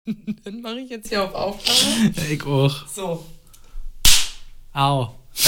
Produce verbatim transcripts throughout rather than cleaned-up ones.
Dann mache ich jetzt hier auf Aufnahme. Ich auch. So. Au.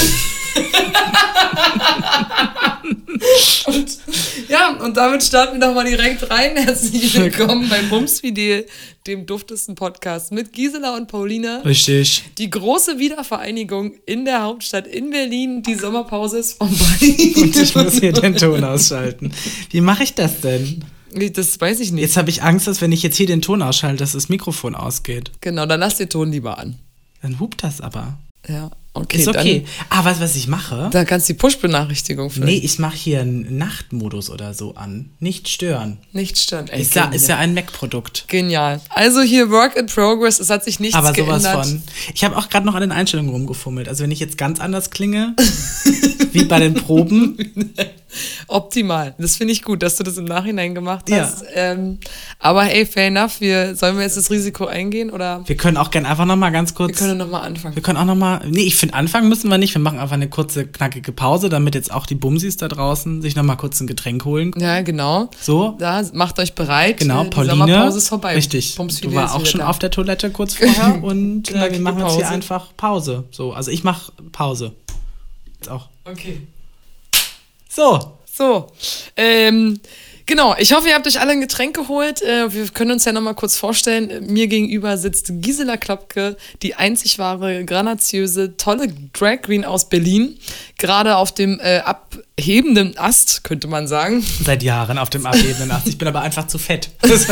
Und, ja, und damit starten wir doch mal direkt rein. Herzlich willkommen bei Bumsvideo, dem duftesten Podcast mit Gisela und Paulina. Richtig. Die große Wiedervereinigung in der Hauptstadt in Berlin. Die Sommerpause ist vorbei. Und ich muss hier den Ton ausschalten. Wie mache ich das denn? Das weiß ich nicht. Jetzt habe ich Angst, dass wenn ich jetzt hier den Ton ausschalte, dass das Mikrofon ausgeht. Genau, dann lass den Ton lieber an. Dann hupt das aber. Ja, okay. Ist okay. Dann, ah, weißt du, was ich mache? Da kannst du die Push-Benachrichtigung führen. Nee, ich mache hier einen Nachtmodus oder so an. Nicht stören. Nicht stören. Ey, Ist ja, ist ja ein Mac-Produkt. Genial. Also hier Work in Progress, es hat sich nichts Aber sowas geändert. von. Ich habe auch gerade noch an den Einstellungen rumgefummelt. Also wenn ich jetzt ganz anders klinge, wie bei den Proben. Optimal. Das finde ich gut, dass du das im Nachhinein gemacht hast. Ja. Ähm, aber hey, fair enough. Wir, sollen wir jetzt das Risiko eingehen? Oder? Wir können auch gerne einfach nochmal ganz kurz... Wir können nochmal anfangen. Wir können auch nochmal... Nee, ich finde, anfangen müssen wir nicht. Wir machen einfach eine kurze, knackige Pause, damit jetzt auch die Bumsis da draußen sich nochmal kurz ein Getränk holen. Ja, genau. So. Da, macht euch bereit. Genau, die Pauline. Sommerpause ist vorbei. Richtig. Bumsvideo Du warst ist auch wieder schon da. auf der Toilette kurz vorher und äh, wir Knackige machen jetzt hier Pause. einfach Pause. So, also ich mache Pause. Jetzt auch. Okay. So. So, ähm, genau, ich hoffe, ihr habt euch alle ein Getränk geholt. Äh, wir können uns ja nochmal kurz vorstellen. Mir gegenüber sitzt Gisela Klopke, die einzig wahre, granaziöse, tolle Drag Queen aus Berlin. Gerade auf dem äh, abhebenden Ast, könnte man sagen. Seit Jahren auf dem abhebenden Ast. Ich bin aber einfach zu fett.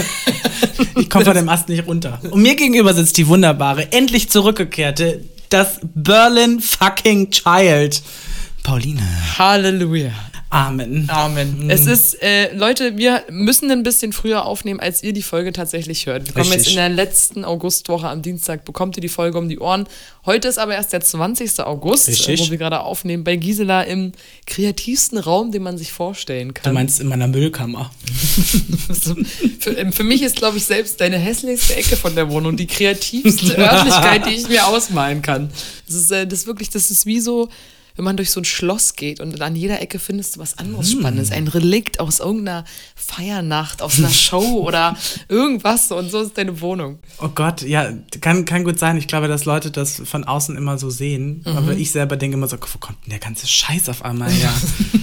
Ich komme von dem Ast nicht runter. Und mir gegenüber sitzt die wunderbare, endlich zurückgekehrte, das Berlin fucking Child. Pauline. Halleluja. Amen. Amen. Mhm. Es ist, äh, Leute, wir müssen ein bisschen früher aufnehmen, als ihr die Folge tatsächlich hört. Wir kommen Richtig. jetzt in der letzten Augustwoche am Dienstag, bekommt ihr die Folge um die Ohren. Heute ist aber erst der zwanzigster August, Richtig. äh, wo wir gerade aufnehmen, bei Gisela im kreativsten Raum, den man sich vorstellen Du kann. meinst in meiner Müllkammer. So, für, ähm, für mich ist, glaube ich, selbst deine hässlichste Ecke von der Wohnung die kreativste Örtlichkeit, die ich mir ausmalen kann. Das ist, äh, das ist wirklich, das ist wie so, wenn man durch so ein Schloss geht und an jeder Ecke findest du was anderes Spannendes. Ein Relikt aus irgendeiner Feiernacht, aus einer Show oder irgendwas. Und so ist deine Wohnung. Oh Gott, ja, kann, kann gut sein. Ich glaube, dass Leute das von außen immer so sehen. Mhm. Aber ich selber denke immer so, wo kommt denn der ganze Scheiß auf einmal her?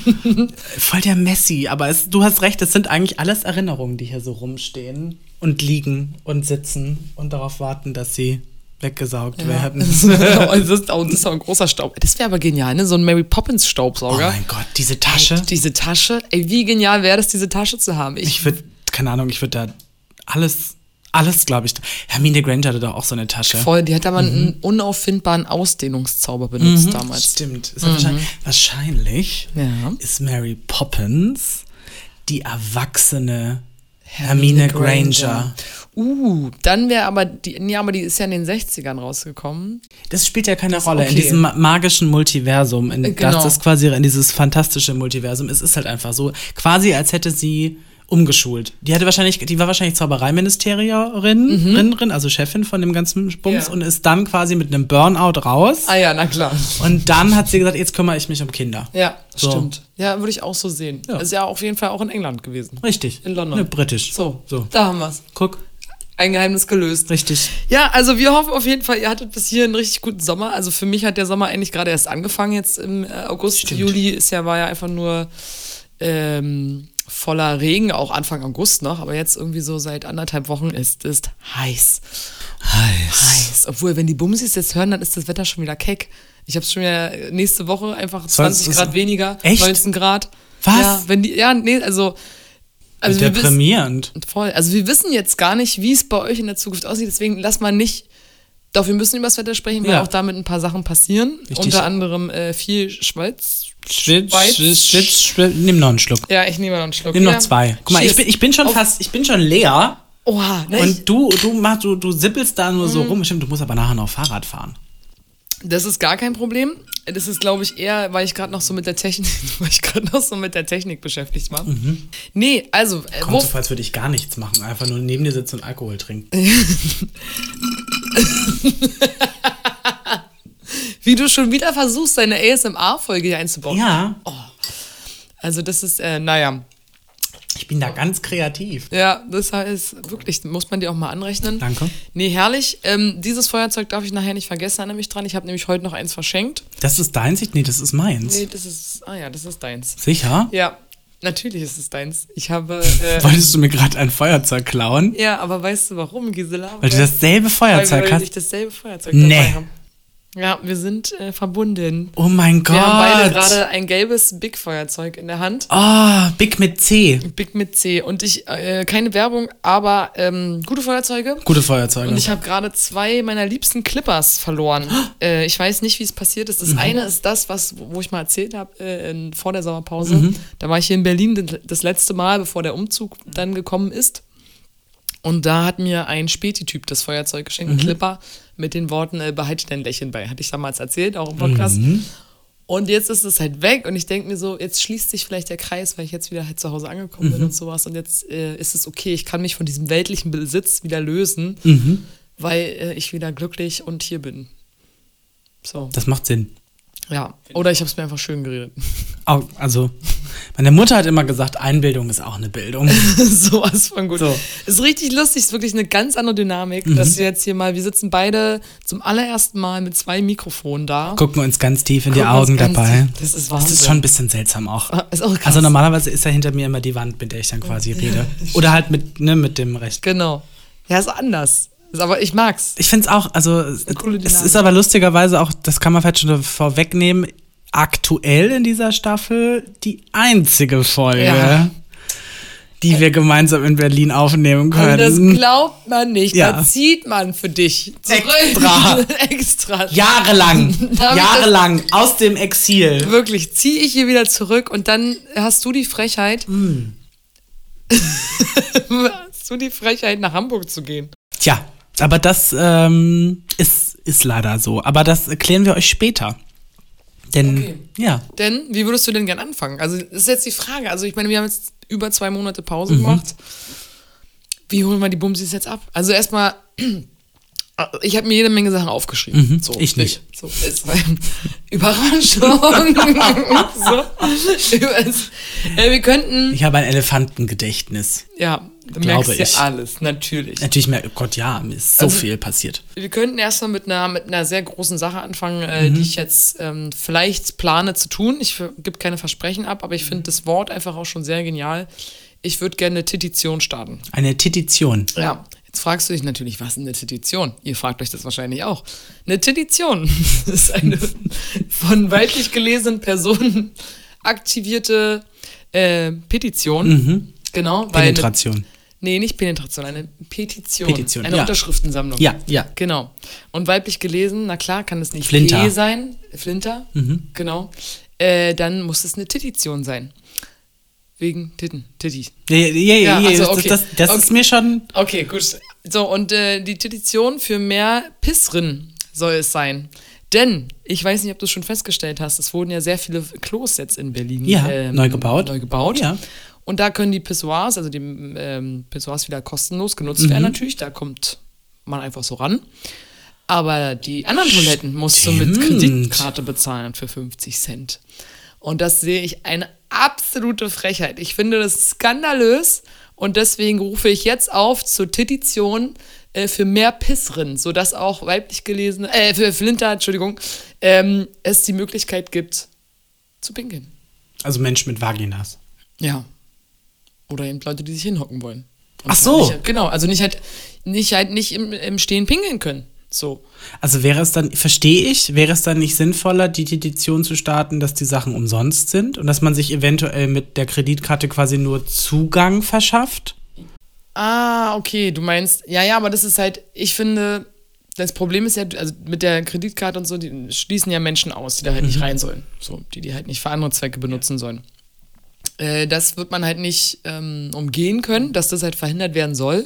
Voll der Messi. Aber es, du hast recht, es sind eigentlich alles Erinnerungen, die hier so rumstehen und liegen und sitzen und darauf warten, dass sie weggesaugt Ja. werden. das, ist auch, das ist auch ein großer Staub. Das wäre aber genial, ne? So ein Mary Poppins Oh Staubsauger. mein Gott, diese Tasche. Ey, diese Tasche. Ey, wie genial wäre das, diese Tasche zu haben. Ich, Ich würde, keine Ahnung, ich würde da alles, alles, glaube ich. Hermine Granger hatte doch auch so eine Tasche. voll, die hat aber mhm. einen unauffindbaren Ausdehnungszauber benutzt Mhm, damals. Stimmt. Ist mhm. wahrscheinlich, wahrscheinlich Ja. ist Mary Poppins die erwachsene Hermine, Hermine Granger. Granger. Uh, dann wäre aber die, ja, aber die ist ja in den sechzigern rausgekommen. Das spielt ja keine das, Rolle okay. in diesem magischen Multiversum, in genau. das das quasi in dieses fantastische Multiversum ist. Es ist halt einfach so, quasi als hätte sie umgeschult. Die hatte wahrscheinlich, die war wahrscheinlich Zaubereiministerierin, mhm. also Chefin von dem ganzen Bums ja. und ist dann quasi mit einem Burnout raus. Ah ja, na klar. Und dann hat sie gesagt, jetzt kümmere ich mich um Kinder. Ja, so. Stimmt. Ja, würde ich auch so sehen. Ja. Ist ja auf jeden Fall auch in England gewesen. Richtig. In London. Ne, britisch. So, so, da haben wir's. Guck. Ein Geheimnis gelöst. Richtig. Ja, also wir hoffen auf jeden Fall, ihr hattet bis hier einen richtig guten Sommer. Also für mich hat der Sommer eigentlich gerade erst angefangen jetzt im August. Stimmt. Juli ist ja, war ja einfach nur ähm, voller Regen, auch Anfang August noch. Aber jetzt irgendwie so seit anderthalb Wochen ist es heiß. Heiß. Heiß. Obwohl, wenn die Bumsis jetzt hören, dann ist das Wetter schon wieder keck. Ich habe schon wieder nächste Woche einfach zwanzig Grad weniger. Echt? neunzehn Grad. Was? Ja, wenn die, ja, nee, also... Also deprimierend. Wir wissen, voll. Also wir wissen jetzt gar nicht, wie es bei euch in der Zukunft aussieht. Deswegen lass mal nicht. Doch, wir müssen über das Wetter sprechen, weil ja. auch damit ein paar Sachen passieren. Richtig. Unter anderem äh, viel Schweiz. Schwitz, Schwitz, Schwitz, Schwitz. Nimm noch einen Schluck. Ja, ich nehme noch einen Schluck. Nimm ja. noch zwei. Guck mal, Cheers. ich bin, ich bin schon Auf. fast, ich bin schon leer. Oha, ne? Und du, du machst, du, du sippelst da nur mhm. so rum. Stimmt, du musst aber nachher noch Fahrrad fahren. Das ist gar kein Problem. Das ist, glaube ich, eher, weil ich gerade noch so mit der Technik, weil ich gerade noch so mit der Technik beschäftigt war. Mhm. Nee, also. Äh, Kommt so, als würde ich gar nichts machen. Einfach nur neben dir sitzen und Alkohol trinken. Wie du schon wieder versuchst, deine A S M R-Folge hier einzubauen. Ja. Oh. Also, das ist, äh, naja. Ich Ich bin da ganz kreativ. Ja, das heißt wirklich, muss man dir auch mal anrechnen. Danke. Nee, herrlich. Ähm, dieses Feuerzeug darf ich nachher nicht vergessen, erinnere mich dran. Ich habe nämlich heute noch eins verschenkt. Das ist deins? Nee, das ist meins. Nee, das ist, ah ja, das ist deins. Sicher? Ja, natürlich ist es deins. Ich habe... Äh, Wolltest du mir gerade ein Feuerzeug klauen? ja, aber weißt du warum, Gisela? Weil du dasselbe Feuerzeug weil, weil hast? Weil ich dasselbe Feuerzeug Nee. dabei habe. Ja, wir sind äh, verbunden. Oh mein Gott. Wir haben beide gerade ein gelbes Big-Feuerzeug in der Hand. Oh, Big mit C. Big mit C. Und ich, äh, keine Werbung, aber ähm, gute Feuerzeuge. Gute Feuerzeuge. Und ich habe gerade zwei meiner liebsten Clippers verloren. äh, ich weiß nicht, wie es passiert ist. Das mhm. eine ist das, was, wo ich mal erzählt habe äh, vor der Sommerpause. Mhm. Da war ich hier in Berlin das letzte Mal, bevor der Umzug dann gekommen ist. Und da hat mir ein Späti-Typ das Feuerzeug geschenkt, mhm. ein Clipper, mit den Worten, äh, behalte dein Lächeln bei. Hatte ich damals erzählt, auch im Podcast. Mhm. Und jetzt ist es halt weg und ich denke mir so, jetzt schließt sich vielleicht der Kreis, weil ich jetzt wieder halt zu Hause angekommen mhm. bin und sowas. Und jetzt äh, ist es okay, ich kann mich von diesem weltlichen Besitz wieder lösen, mhm. weil äh, ich wieder glücklich und hier bin. So. Das macht Sinn. Ja, oder ich habe es mir einfach schön geredet. Also, meine Mutter hat immer gesagt, Einbildung ist auch eine Bildung. Sowas von gut. So. Ist richtig lustig, ist wirklich eine ganz andere Dynamik, mhm. dass wir jetzt hier mal, wir sitzen beide zum allerersten Mal mit zwei Mikrofonen da. Gucken uns ganz tief in Gucken die Augen dabei. Tief. Das ist Wahnsinn. Das ist schon ein bisschen seltsam auch. Ist auch krass. Also normalerweise ist ja hinter mir immer die Wand, mit der ich dann quasi rede. Oder halt mit, ne, mit dem Recht. Genau. Ja, ist anders. Ist aber ich mag's. Ich find's auch, also es ist aber lustigerweise auch, das kann man vielleicht schon vorwegnehmen, aktuell in dieser Staffel die einzige Folge, ja. die wir gemeinsam in Berlin aufnehmen können. Und das glaubt man nicht. Ja. Da zieht man für dich zurück. Extra. Extra. Jahrelang. Jahrelang aus dem Exil. Wirklich, ziehe ich hier wieder zurück und dann hast du die Frechheit, mm. hast du die Frechheit, nach Hamburg zu gehen. Tja. Aber das ähm, ist, ist leider so. Aber das erklären wir euch später. Denn, okay. ja. Denn, wie würdest du denn gern anfangen? Also, das ist jetzt die Frage. Also, ich meine, wir haben jetzt über zwei Monate Pause mhm. gemacht. Wie holen wir die Bumsis jetzt ab? Also, erstmal, ich habe mir jede Menge Sachen aufgeschrieben. Mhm. So, ich nicht. So, ist Überraschung. so. äh, wir könnten. Ich habe ein Elefantengedächtnis. Ja. Du merkst ja alles, natürlich. Natürlich, mehr, oh Gott, ja, mir ist so also, viel passiert. Wir könnten erstmal mit einer, mit einer sehr großen Sache anfangen, äh, mhm. die ich jetzt ähm, vielleicht plane zu tun. Ich gebe keine Versprechen ab, aber ich finde das Wort einfach auch schon sehr genial. Ich würde gerne eine Titition starten. Eine Titition? Ja. Jetzt fragst du dich natürlich, was ist eine Titition? Ihr fragt euch das wahrscheinlich auch. Eine Titition ist eine von weiblich gelesenen Personen aktivierte äh, Petition. Mhm. Genau. Penetration. Eine, nee, nicht Penetration, eine Petition. Petition, eine ja. Unterschriftensammlung. Ja, ja. Genau. Und weiblich gelesen, na klar, kann es nicht Flinter. P sein. Flinter, mhm. genau. Äh, dann muss es eine Titition sein. Wegen Titten, Titti. Ja, ja, ja, ja, ja also, okay. das, das, das okay. ist mir schon... Okay, gut. So, und äh, die Petition für mehr Pissrin soll es sein. Denn, ich weiß nicht, ob du es schon festgestellt hast, es wurden ja sehr viele Klos jetzt in Berlin ja, ähm, neu gebaut. Neu gebaut. Ja. Und da können die Pissoirs, also die ähm, Pissoirs wieder kostenlos genutzt mhm. werden natürlich. Da kommt man einfach so ran. Aber die anderen Toiletten musst du mit Kreditkarte bezahlen für fünfzig Cent. Und das sehe ich eine absolute Frechheit. Ich finde das skandalös und deswegen rufe ich jetzt auf zur Petition äh, für mehr Pissrin, sodass auch weiblich gelesene, äh, für Flinter, Entschuldigung, ähm, es die Möglichkeit gibt, zu pinkeln. Also Menschen mit Vaginas. Ja. Oder eben Leute, die sich hinhocken wollen. Und Ach so. Nicht, genau, also nicht halt nicht, halt nicht im, im Stehen pinkeln können. So. Also wäre es dann, verstehe ich, wäre es dann nicht sinnvoller, die Petition zu starten, dass die Sachen umsonst sind und dass man sich eventuell mit der Kreditkarte quasi nur Zugang verschafft? Ah, okay, du meinst, ja, ja, aber das ist halt, ich finde, das Problem ist ja, also mit der Kreditkarte und so, die schließen ja Menschen aus, die da halt mhm. nicht rein sollen. So, die die halt nicht für andere Zwecke benutzen sollen. Äh, das wird man halt nicht ähm, umgehen können, dass das halt verhindert werden soll.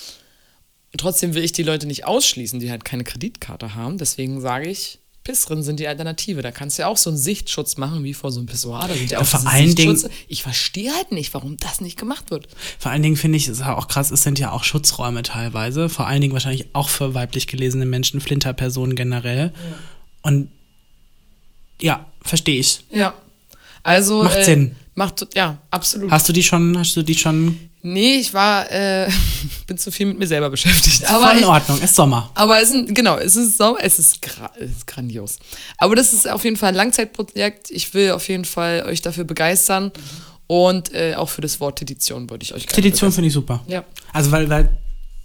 Trotzdem will ich die Leute nicht ausschließen, die halt keine Kreditkarte haben. Deswegen sage ich, Pissrin sind die Alternative. Da kannst du ja auch so einen Sichtschutz machen, wie vor so einem Pissoir. Da sind ja auch vor allen Dingen, ich verstehe halt nicht, warum das nicht gemacht wird. Vor allen Dingen finde ich, es ist auch krass, es sind ja auch Schutzräume teilweise. Vor allen Dingen wahrscheinlich auch für weiblich gelesene Menschen, Flinterpersonen generell. Ja. Und ja, verstehe ich. Ja. Also, Macht äh, Sinn. Macht, ja, absolut. Hast du die schon, hast du die schon? Nee, ich war, äh, bin zu viel mit mir selber beschäftigt. Aber Voll in ich, Ordnung, ist Sommer. Aber es ist, genau, es ist so, es ist, gra es ist grandios. Aber das ist auf jeden Fall ein Langzeitprojekt. Ich will auf jeden Fall euch dafür begeistern. Und äh, auch für das Wort Tedition würde ich euch gerne Tedition finde ich super. Ja. Also weil, weil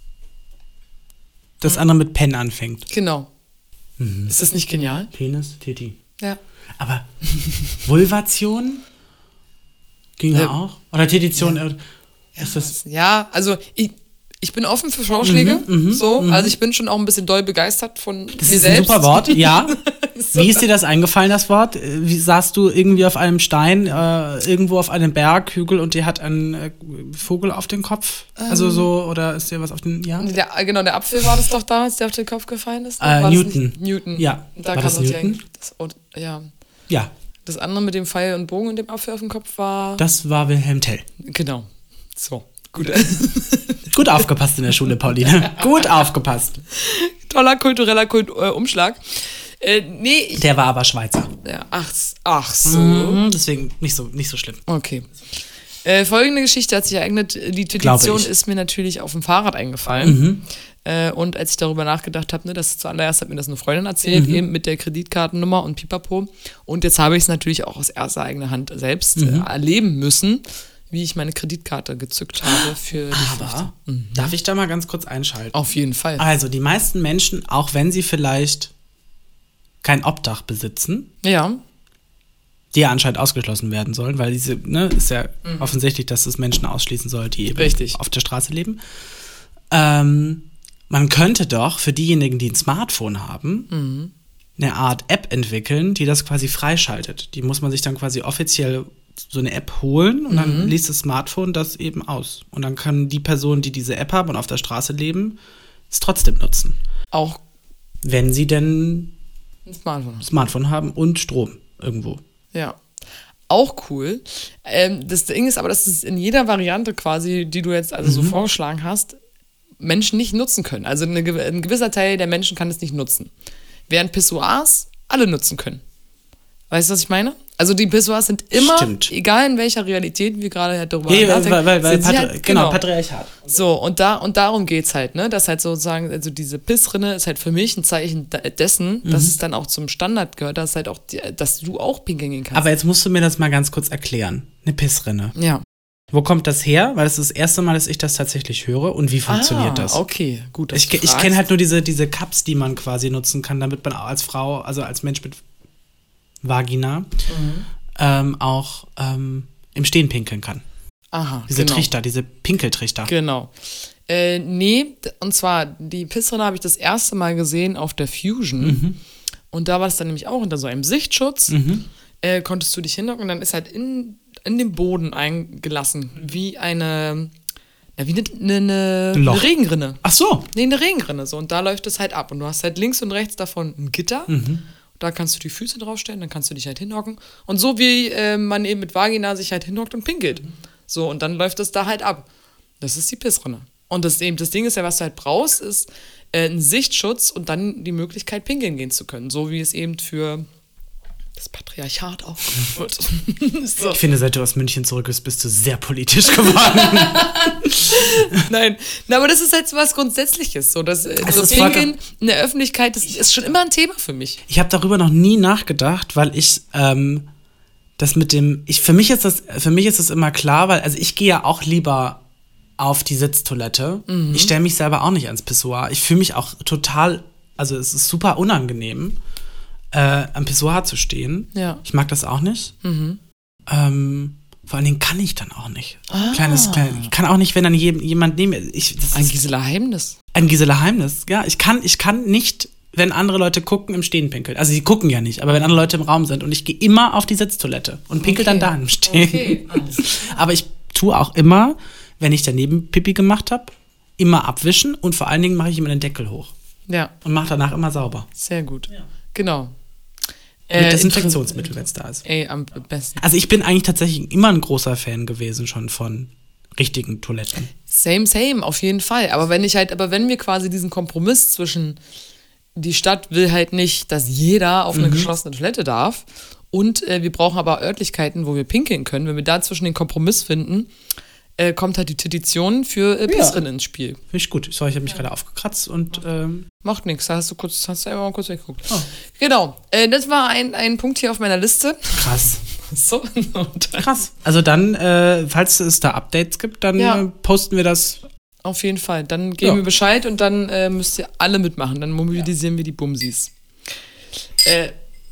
das andere mit Pen anfängt. Genau. Mhm. Ist das nicht genial? Penis, Titi. Ja. Aber Vulvation ging ja auch? Oder Tedition? Ja. Ist das ja, also ich, ich bin offen für Vorschläge. Mhm, so, mhm. Also ich bin schon auch ein bisschen doll begeistert von Das mir ist selbst. ein super Wort, ja. So. Wie ist dir das eingefallen, das Wort? Wie saßt du irgendwie auf einem Stein, äh, irgendwo auf einem Berghügel und dir hat ein äh, Vogel auf den Kopf? Ähm. Also so, oder ist dir was auf den, ja? Der, genau, der Apfel war das doch damals, der auf den Kopf gefallen ist. Äh, Newton. Newton. Ja. Da war kam das Newton? Die, das, und, ja. Ja. Das andere mit dem Pfeil und Bogen und dem Apfel auf dem Kopf war... Das war Wilhelm Tell. Genau. So, gut. Gut aufgepasst in der Schule, Pauline. Gut aufgepasst. Toller kultureller Kult äh, Umschlag. Äh, nee, ich, Der war aber Schweizer. ja, ach, ach so. Mhm, deswegen nicht so, nicht so schlimm. Okay. Äh, folgende Geschichte hat sich ereignet. Die Petition ist mir natürlich auf dem Fahrrad eingefallen. Mhm. Äh, und als ich darüber nachgedacht habe, ne, das zuallererst hat mir das eine Freundin erzählt, mhm. eben mit der Kreditkartennummer und Pipapo. Und jetzt habe ich es natürlich auch aus erster eigener Hand selbst Mhm. äh, erleben müssen, wie ich meine Kreditkarte gezückt habe für die Aber, mhm. darf ich da mal ganz kurz einschalten? Auf jeden Fall. Also, die meisten Menschen, auch wenn sie vielleicht kein Obdach besitzen, Ja. die ja anscheinend ausgeschlossen werden sollen, weil diese, ne, ist ja mhm. offensichtlich, dass es Menschen ausschließen soll, die eben Richtig. auf der Straße leben. Ähm, man könnte doch für diejenigen, die ein Smartphone haben, mhm. eine Art App entwickeln, die das quasi freischaltet. Die muss man sich dann quasi offiziell so eine App holen und mhm. dann liest das Smartphone das eben aus. Und dann können die Personen, die diese App haben und auf der Straße leben, es trotzdem nutzen. Auch wenn sie denn ein Smartphone, Smartphone haben und Strom irgendwo. Ja. Auch cool. Ähm, das Ding ist aber, dass es in jeder Variante quasi, die du jetzt also Mhm. so vorgeschlagen hast, Menschen nicht nutzen können. Also eine, ein gewisser Teil der Menschen kann es nicht nutzen. Während Pissoirs alle nutzen können. Weißt du, was ich meine? Also die Pissoirs sind immer, Stimmt. egal in welcher Realität wir gerade darüber Hey, nachdenken, weil, weil, weil sind sie Patri- halt, genau, genau, Patriarchat. So, und, da, und darum geht's halt, ne? Dass halt sozusagen, also diese Pissrinne ist halt für mich ein Zeichen dessen, Mhm. dass es dann auch zum Standard gehört, dass halt auch, die, dass du auch pinkeln gehen kannst. Aber jetzt musst du mir das mal ganz kurz erklären. Eine Pissrinne. Ja. Wo kommt das her? Weil das ist das erste Mal, dass ich das tatsächlich höre. Und wie funktioniert ah, das? Okay, gut. dass Ich, du ich fragst. kenne halt nur diese, diese Cups, die man quasi nutzen kann, damit man auch als Frau, also als Mensch mit Vagina, Mhm. ähm, auch ähm, im Stehen pinkeln kann. Aha, Diese genau. Trichter, diese Pinkeltrichter. Genau. Äh, nee, d- und zwar, die Pissrinne habe ich das erste Mal gesehen auf der Fusion. Mhm. Und da war das dann nämlich auch unter so einem Sichtschutz. Mhm. Äh, konntest du dich hinhocken und dann ist halt in, in den Boden eingelassen, wie eine, ja, wie eine, eine, Ein Loch. eine Regenrinne. Ach so. Nee, eine Regenrinne. So. Und da läuft es halt ab. Und du hast halt links und rechts davon ein Gitter. Mhm. Da kannst du die Füße draufstellen, dann kannst du dich halt hinhocken. Und so wie äh, man eben mit Vagina sich halt hinhockt und pinkelt. So, und dann läuft das da halt ab. Das ist die Pissrinne. Und das, eben, das Ding ist ja, was du halt brauchst, ist äh, ein Sichtschutz und dann die Möglichkeit, pinkeln gehen zu können. So wie es eben für das Patriarchat auch wird. So. Ich finde, seit du aus München zurück bist, bist du sehr politisch geworden. Nein, na, aber das ist halt so was Grundsätzliches. So, das, Es so ist Pinkeln in der Öffentlichkeit, das ist schon immer ein Thema für mich. Ich habe darüber noch nie nachgedacht, weil ich ähm, das mit dem, ich für mich ist das, für mich ist das immer klar, weil also ich gehe ja auch lieber auf die Sitztoilette. Mhm. Ich stelle mich selber auch nicht ans Pissoir. Ich fühle mich auch total, also es ist super unangenehm, äh, am Pissoir zu stehen. Ja. Ich mag das auch nicht. Mhm. Ähm, vor allen Dingen kann ich dann auch nicht. Ah. Kleines, kleines, ich kann auch nicht, wenn dann je, jemand neben mir, ich, das Ein ist Gisela Heimnis. ein Gisela Heimnis. Ja, ich kann, ich kann nicht, wenn andere Leute gucken, im Stehen pinkeln. Also sie gucken ja nicht, aber wenn andere Leute im Raum sind und ich gehe immer auf die Sitztoilette und pinkel Okay. dann da im Stehen. Okay, alles klar. Aber ich tue auch immer, wenn ich daneben Pipi gemacht habe, immer abwischen und vor allen Dingen mache ich immer den Deckel hoch Ja, und mache danach immer sauber. sehr gut. Genau. Mit Äh, Desinfektionsmittel, wenn es da ist. Ey, am besten. Also ich bin eigentlich tatsächlich immer ein großer Fan gewesen schon von richtigen Toiletten. Same, same, auf jeden Fall. Aber wenn ich halt, aber wenn wir quasi diesen Kompromiss zwischen die Stadt will halt nicht, dass jeder auf eine Mhm. geschlossene Toilette darf Und äh, wir brauchen aber Örtlichkeiten, wo wir pinkeln können. Wenn wir da zwischen den Kompromiss finden, äh, kommt halt die Petition für äh, Pissrin ins Spiel. Finde ich gut. Sorry, ich habe mich ja. gerade aufgekratzt und ähm macht nichts, da hast du kurz, hast du einfach mal kurz weggeguckt. Oh. Genau, äh, das war ein, ein Punkt hier auf meiner Liste. Krass. So, krass. Also dann, äh, falls es da Updates gibt, dann ja. äh, posten wir das. Auf jeden Fall. Dann geben ja. wir Bescheid und dann äh, müsst ihr alle mitmachen. Dann mobilisieren ja. wir die Bumsis. Äh,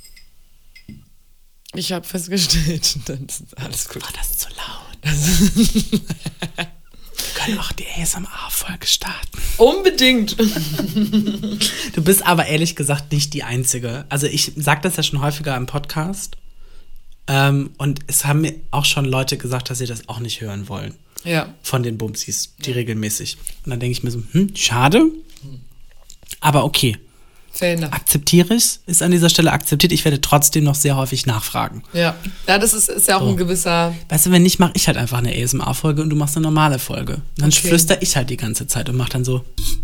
ich habe festgestellt, dann ist alles gut. War das zu laut? Wir können auch die A S M R-Folge starten. Unbedingt. Du bist aber ehrlich gesagt nicht die Einzige. Also ich sage das ja schon häufiger im Podcast. Ähm, und es haben mir auch schon Leute gesagt, dass sie das auch nicht hören wollen. Ja. Von den Bumsis, die ja. regelmäßig. Und dann denke ich mir so, hm, schade. Aber okay. Akzeptiere ich, ist an dieser Stelle akzeptiert. Ich werde trotzdem noch sehr häufig nachfragen. Ja, ja das ist, ist ja auch so. Ein gewisser... Weißt du, wenn nicht, mache ich halt einfach eine A S M R-Folge und du machst eine normale Folge. Und dann okay. flüster ich halt die ganze Zeit und mach dann so...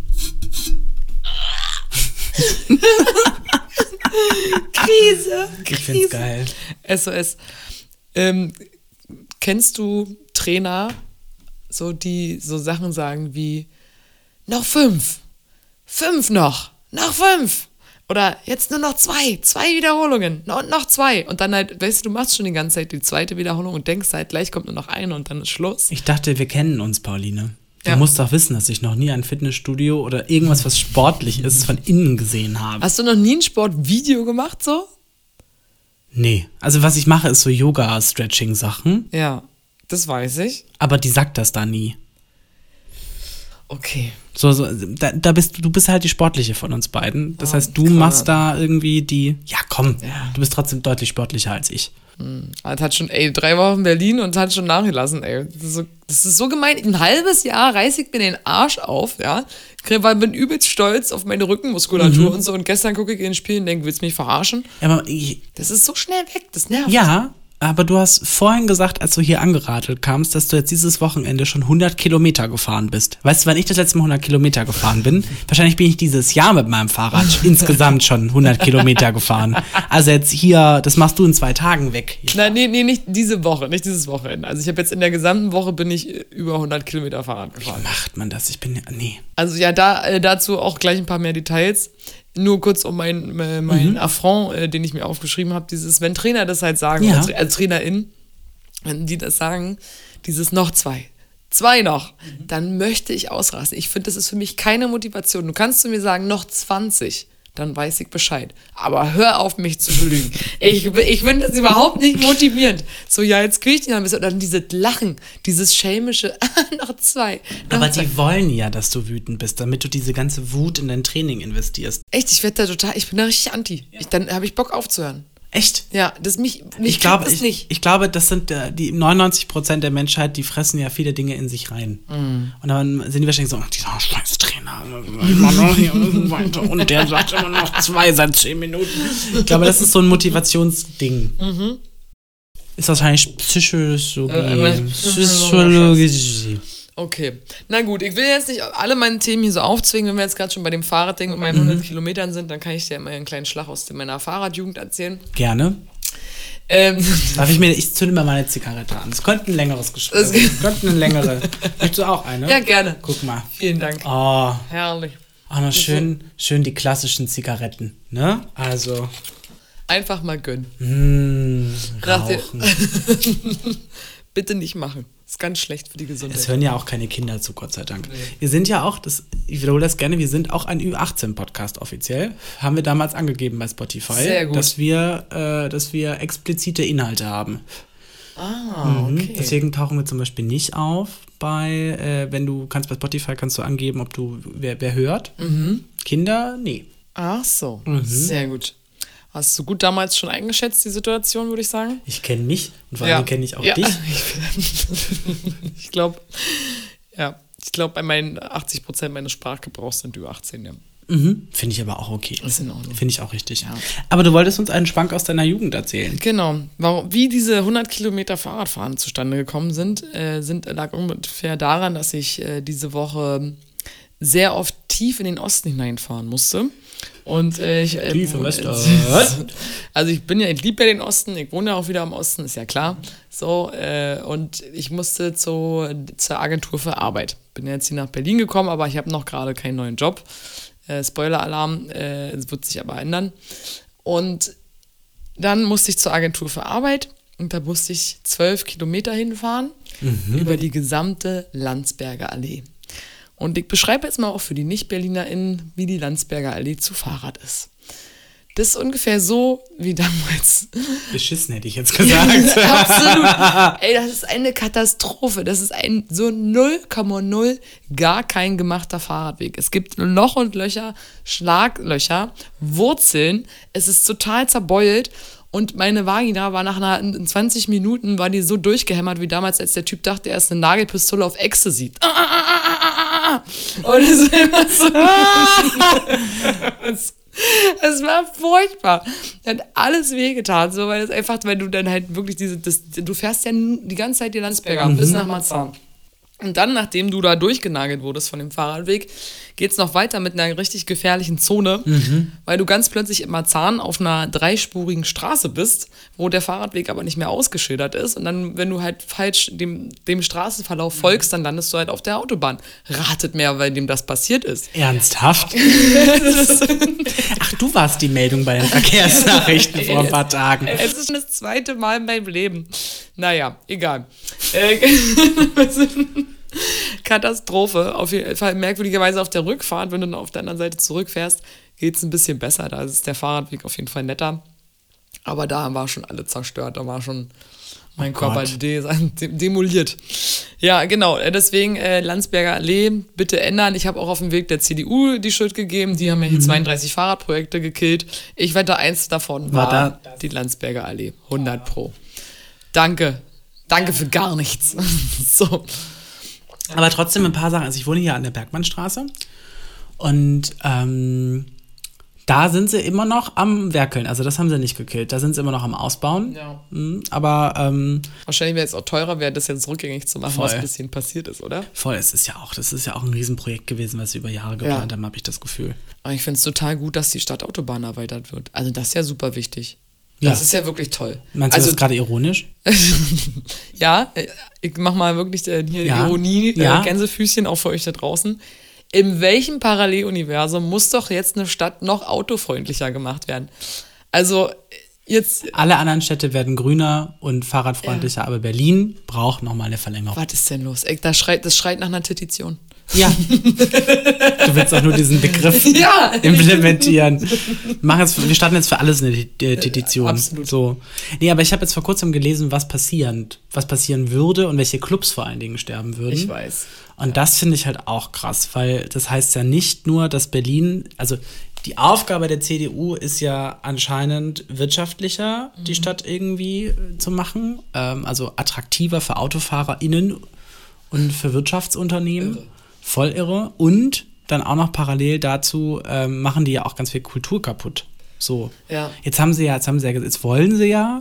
Krise. Ich find's geil. S O S. Ähm, kennst du Trainer, so die so Sachen sagen wie noch fünf, fünf noch, noch fünf oder jetzt nur noch zwei, zwei Wiederholungen und noch zwei und dann halt, weißt du, du machst schon die ganze Zeit die zweite Wiederholung und denkst halt, gleich kommt nur noch eine und dann ist Schluss. Ich dachte, wir kennen uns, Pauline. Du ja. musst doch wissen, dass ich noch nie ein Fitnessstudio oder irgendwas, was sportlich ist, von innen gesehen habe. Hast du noch nie ein Sportvideo gemacht so? Nee. Also was ich mache, ist so Yoga-Stretching-Sachen. Ja, das weiß ich. Aber die sagt das da nie. Okay. So, so da, da bist du bist halt die Sportliche von uns beiden. Das oh, heißt, du Gott. machst da irgendwie die. Ja, komm, ja. du bist trotzdem deutlich sportlicher als ich. Hm. Das hat schon, ey, drei Wochen Berlin und hat schon nachgelassen, ey. Das ist so, das ist so gemein. Ein halbes Jahr reiße ich mir den Arsch auf, ja. Weil bin übelst stolz auf meine Rückenmuskulatur mhm. und so. Und gestern gucke ich in den Spiel und denke, willst du mich verarschen? Aber ich, das ist so schnell weg, das nervt. Ja. Aber du hast vorhin gesagt, als du hier angeradelt kamst, dass du jetzt dieses Wochenende schon hundert Kilometer gefahren bist. Weißt du, wann ich das letzte Mal hundert Kilometer gefahren bin? Wahrscheinlich bin ich dieses Jahr mit meinem Fahrrad insgesamt schon hundert Kilometer gefahren. Also jetzt hier, das machst du in zwei Tagen weg. Hier. Nein, nee, nee, nicht diese Woche, nicht dieses Wochenende. Also ich habe jetzt in der gesamten Woche bin ich über hundert Kilometer Fahrrad gefahren. Wie macht man das? Ich bin, nee. Also ja, da äh, dazu auch gleich ein paar mehr Details. Nur kurz um meinen mein mhm. Affront, äh, den ich mir aufgeschrieben habe, dieses, wenn Trainer das halt sagen, ja. als, als TrainerInnen, wenn die das sagen, dieses noch zwei, zwei noch, mhm. dann möchte ich ausrasten. Ich finde, das ist für mich keine Motivation. Du kannst zu mir sagen, noch zwanzig, dann weiß ich Bescheid. Aber hör auf, mich zu belügen. Ich, ich finde das überhaupt nicht motivierend. So, ja, jetzt kriege ich die noch ein bisschen. Und dann dieses Lachen, dieses schelmische, noch zwei. Noch Aber zwei. Die wollen ja, dass du wütend bist, damit du diese ganze Wut in dein Training investierst. Echt, ich werde da total, ich bin da richtig anti. Ich, dann habe ich Bock aufzuhören. Echt? Ja, das mich, mich ich glaube, das ich, nicht. Ich glaube, das sind äh, die neunundneunzig Prozent der Menschheit, die fressen ja viele Dinge in sich rein. Mm. Und dann sind die wahrscheinlich so, dieser scheiß Trainer, immer noch hier und weiter. Und der sagt immer noch zwei seit zehn Minuten. Ich glaube, das ist so ein Motivationsding. Mhm. Ist wahrscheinlich Psychologie. Äh, Psychologie. Okay, na gut, ich will jetzt nicht alle meine Themen hier so aufzwingen, wenn wir jetzt gerade schon bei dem Fahrradding und meinen mhm. hundert Kilometern sind, dann kann ich dir immer einen kleinen Schlag aus meiner Fahrradjugend erzählen. Gerne. Ähm. Darf ich mir, ich zünde mal meine Zigarette an. Es könnte ein längeres Gespräch sein. Es könnte eine längere. Möchtest du auch eine? Ja, gerne. Guck mal. Vielen Dank. Oh. Herrlich. Auch noch schön, schön die klassischen Zigaretten, ne? Also. Einfach mal gönnen. Mmh, rauchen. Bitte nicht machen. Ist ganz schlecht für die Gesundheit. Es hören ja auch keine Kinder zu, Gott sei Dank. Nee. Wir sind ja auch, das, ich wiederhole das gerne, wir sind auch ein Ü achtzehn Podcast offiziell. Haben wir damals angegeben bei Spotify. Sehr gut. Dass wir, äh, dass wir explizite Inhalte haben. Ah, okay. Mhm. Deswegen tauchen wir zum Beispiel nicht auf bei, äh, wenn du kannst bei Spotify, kannst du angeben, ob du, wer, wer hört. Mhm. Kinder, nee. Ach so, mhm. Sehr gut. Hast du gut damals schon eingeschätzt, die Situation, würde ich sagen? Ich kenne mich und vor allem ja. kenne ich auch ja. dich. Ich glaube, ja, ich glaube, bei meinen achtzig Prozent meines Sprachgebrauchs sind Ü achtzehn, ja. Mhm. Finde ich aber auch okay. Ist in Ordnung. Finde ich auch richtig. Ja. Aber du wolltest uns einen Schwank aus deiner Jugend erzählen. Genau. Warum, wie diese hundert Kilometer Fahrradfahren zustande gekommen sind, äh, sind lag ungefähr daran, dass ich äh, diese Woche sehr oft tief in den Osten hineinfahren musste. Und äh, ich, äh, Tief im Westen. Also ich bin ja, ich liebe ja den Osten, ich wohne ja auch wieder am Osten, ist ja klar. So, äh, und ich musste zu, zur Agentur für Arbeit. Bin jetzt hier nach Berlin gekommen, aber ich habe noch gerade keinen neuen Job. Äh, Spoiler-Alarm, äh, es wird sich aber ändern. Und dann musste ich zur Agentur für Arbeit und da musste ich zwölf Kilometer hinfahren mhm. über die gesamte Landsberger Allee. Und ich beschreibe jetzt mal auch für die Nicht-BerlinerInnen, wie die Landsberger Allee zu Fahrrad ist. Das ist ungefähr so wie damals. Beschissen hätte ich jetzt gesagt. Absolut. Ey, das ist eine Katastrophe. Das ist ein so null Komma null gar kein gemachter Fahrradweg. Es gibt Loch und Löcher, Schlaglöcher, Wurzeln. Es ist total zerbeult. Und meine Vagina war nach einer, in zwanzig Minuten war die so durchgehämmert wie damals, als der Typ dachte, er ist eine Nagelpistole auf Ecstasy. Und es war immer so. Es war furchtbar. Hat alles wehgetan, so, weil es einfach, weil du dann halt wirklich diese, das, du fährst ja die ganze Zeit die Landsberger mhm. bis nach Marzahn. Und dann, nachdem du da durchgenagelt wurdest von dem Fahrradweg, geht's noch weiter mit einer richtig gefährlichen Zone, mhm. weil du ganz plötzlich in Marzahn auf einer dreispurigen Straße bist, wo der Fahrradweg aber nicht mehr ausgeschildert ist. Und dann, wenn du halt falsch dem, dem Straßenverlauf folgst, dann landest du halt auf der Autobahn. Ratet mehr, weil dem das passiert ist. Ernsthaft? Ach, du warst die Meldung bei den Verkehrsnachrichten vor ein paar Tagen. Es ist schon das zweite Mal in meinem Leben. Naja, egal. Äh, Katastrophe. Auf jeden Fall merkwürdigerweise auf der Rückfahrt, wenn du dann auf der anderen Seite zurückfährst, geht es ein bisschen besser. Da ist der Fahrradweg auf jeden Fall netter. Aber da war schon alle zerstört. Da war schon mein oh Körper de- demoliert. Ja, genau. Deswegen äh, Landsberger Allee bitte ändern. Ich habe auch auf dem Weg der C D U die Schuld gegeben. Die haben ja hier mhm. zweiunddreißig Fahrradprojekte gekillt. Ich wette, eins davon war, war da? die Landsberger Allee. hundert Pro. Danke. Danke für gar nichts. So. Aber trotzdem ein paar Sachen. Also ich wohne hier an der Bergmannstraße und ähm, da sind sie immer noch am Werkeln. Also das haben sie nicht gekillt. Da sind sie immer noch am Ausbauen. Ja. Aber ähm, wahrscheinlich wäre es auch teurer, wäre das jetzt rückgängig zu machen, voll. Was ein bisschen passiert ist, oder? Voll, es ist ja auch, das ist ja auch ein Riesenprojekt gewesen, was sie über Jahre geplant ja. haben, habe ich das Gefühl. Aber ich finde es total gut, dass die Stadtautobahn erweitert wird. Also das ist ja super wichtig. Das ja. ist ja wirklich toll. Meinst du also, das gerade ironisch? Ja, ich mach mal wirklich äh, hier ja. Ironie, ja. Äh, Gänsefüßchen auch für euch da draußen. In welchem Paralleluniversum muss doch jetzt eine Stadt noch autofreundlicher gemacht werden? Also jetzt... Alle anderen Städte werden grüner und fahrradfreundlicher, ja. aber Berlin braucht nochmal eine Verlängerung. Was ist denn los? Ey, das, schreit, das schreit nach einer Petition. Ja. Du willst auch nur diesen Begriff ja. implementieren. Mach jetzt, wir starten jetzt für alles eine Petition. Absolut. So. Nee, aber ich habe jetzt vor kurzem gelesen, was passieren, was passieren würde und welche Clubs vor allen Dingen sterben würden. Ich weiß. Und ja. das finde ich halt auch krass, weil das heißt ja nicht nur, dass Berlin, also die Aufgabe der C D U ist ja anscheinend wirtschaftlicher, mhm. die Stadt irgendwie zu machen, ähm, also attraktiver für AutofahrerInnen und für Wirtschaftsunternehmen. Irre. Voll irre. Und dann auch noch parallel dazu ähm, machen die ja auch ganz viel Kultur kaputt. So. Ja. Jetzt haben sie ja, jetzt haben sie ja, jetzt wollen sie ja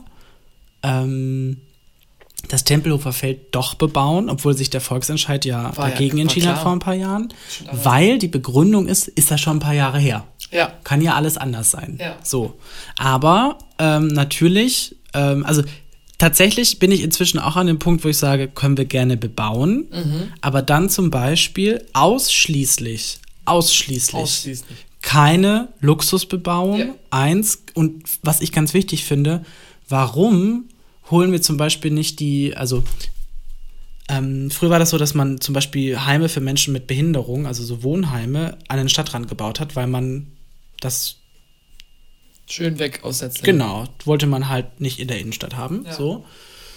ähm, das Tempelhofer Feld doch bebauen, obwohl sich der Volksentscheid ja war dagegen ja, entschieden hat vor ein paar Jahren. Weil die Begründung ist, ist das schon ein paar Jahre her. Ja. Kann ja alles anders sein. Ja. So. Aber ähm, natürlich, ähm, also tatsächlich bin ich inzwischen auch an dem Punkt, wo ich sage, können wir gerne bebauen, mhm. aber dann zum Beispiel ausschließlich, ausschließlich, ausschließlich. keine Luxusbebauung. Ja. Eins, und was ich ganz wichtig finde, warum holen wir zum Beispiel nicht die, also ähm, früher war das so, dass man zum Beispiel Heime für Menschen mit Behinderung, also so Wohnheime, an den Stadtrand gebaut hat, weil man das schön weg aussetzen. Genau, wollte man halt nicht in der Innenstadt haben. Ja. So.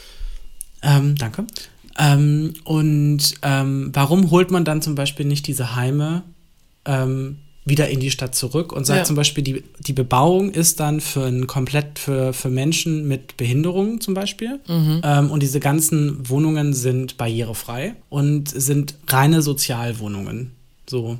Ähm, danke. Ähm, und ähm, warum holt man dann zum Beispiel nicht diese Heime ähm, wieder in die Stadt zurück und sagt ja. zum Beispiel, die, die Bebauung ist dann für ein komplett für, für Menschen mit Behinderung zum Beispiel. Mhm. Ähm, und diese ganzen Wohnungen sind barrierefrei und sind reine Sozialwohnungen. So.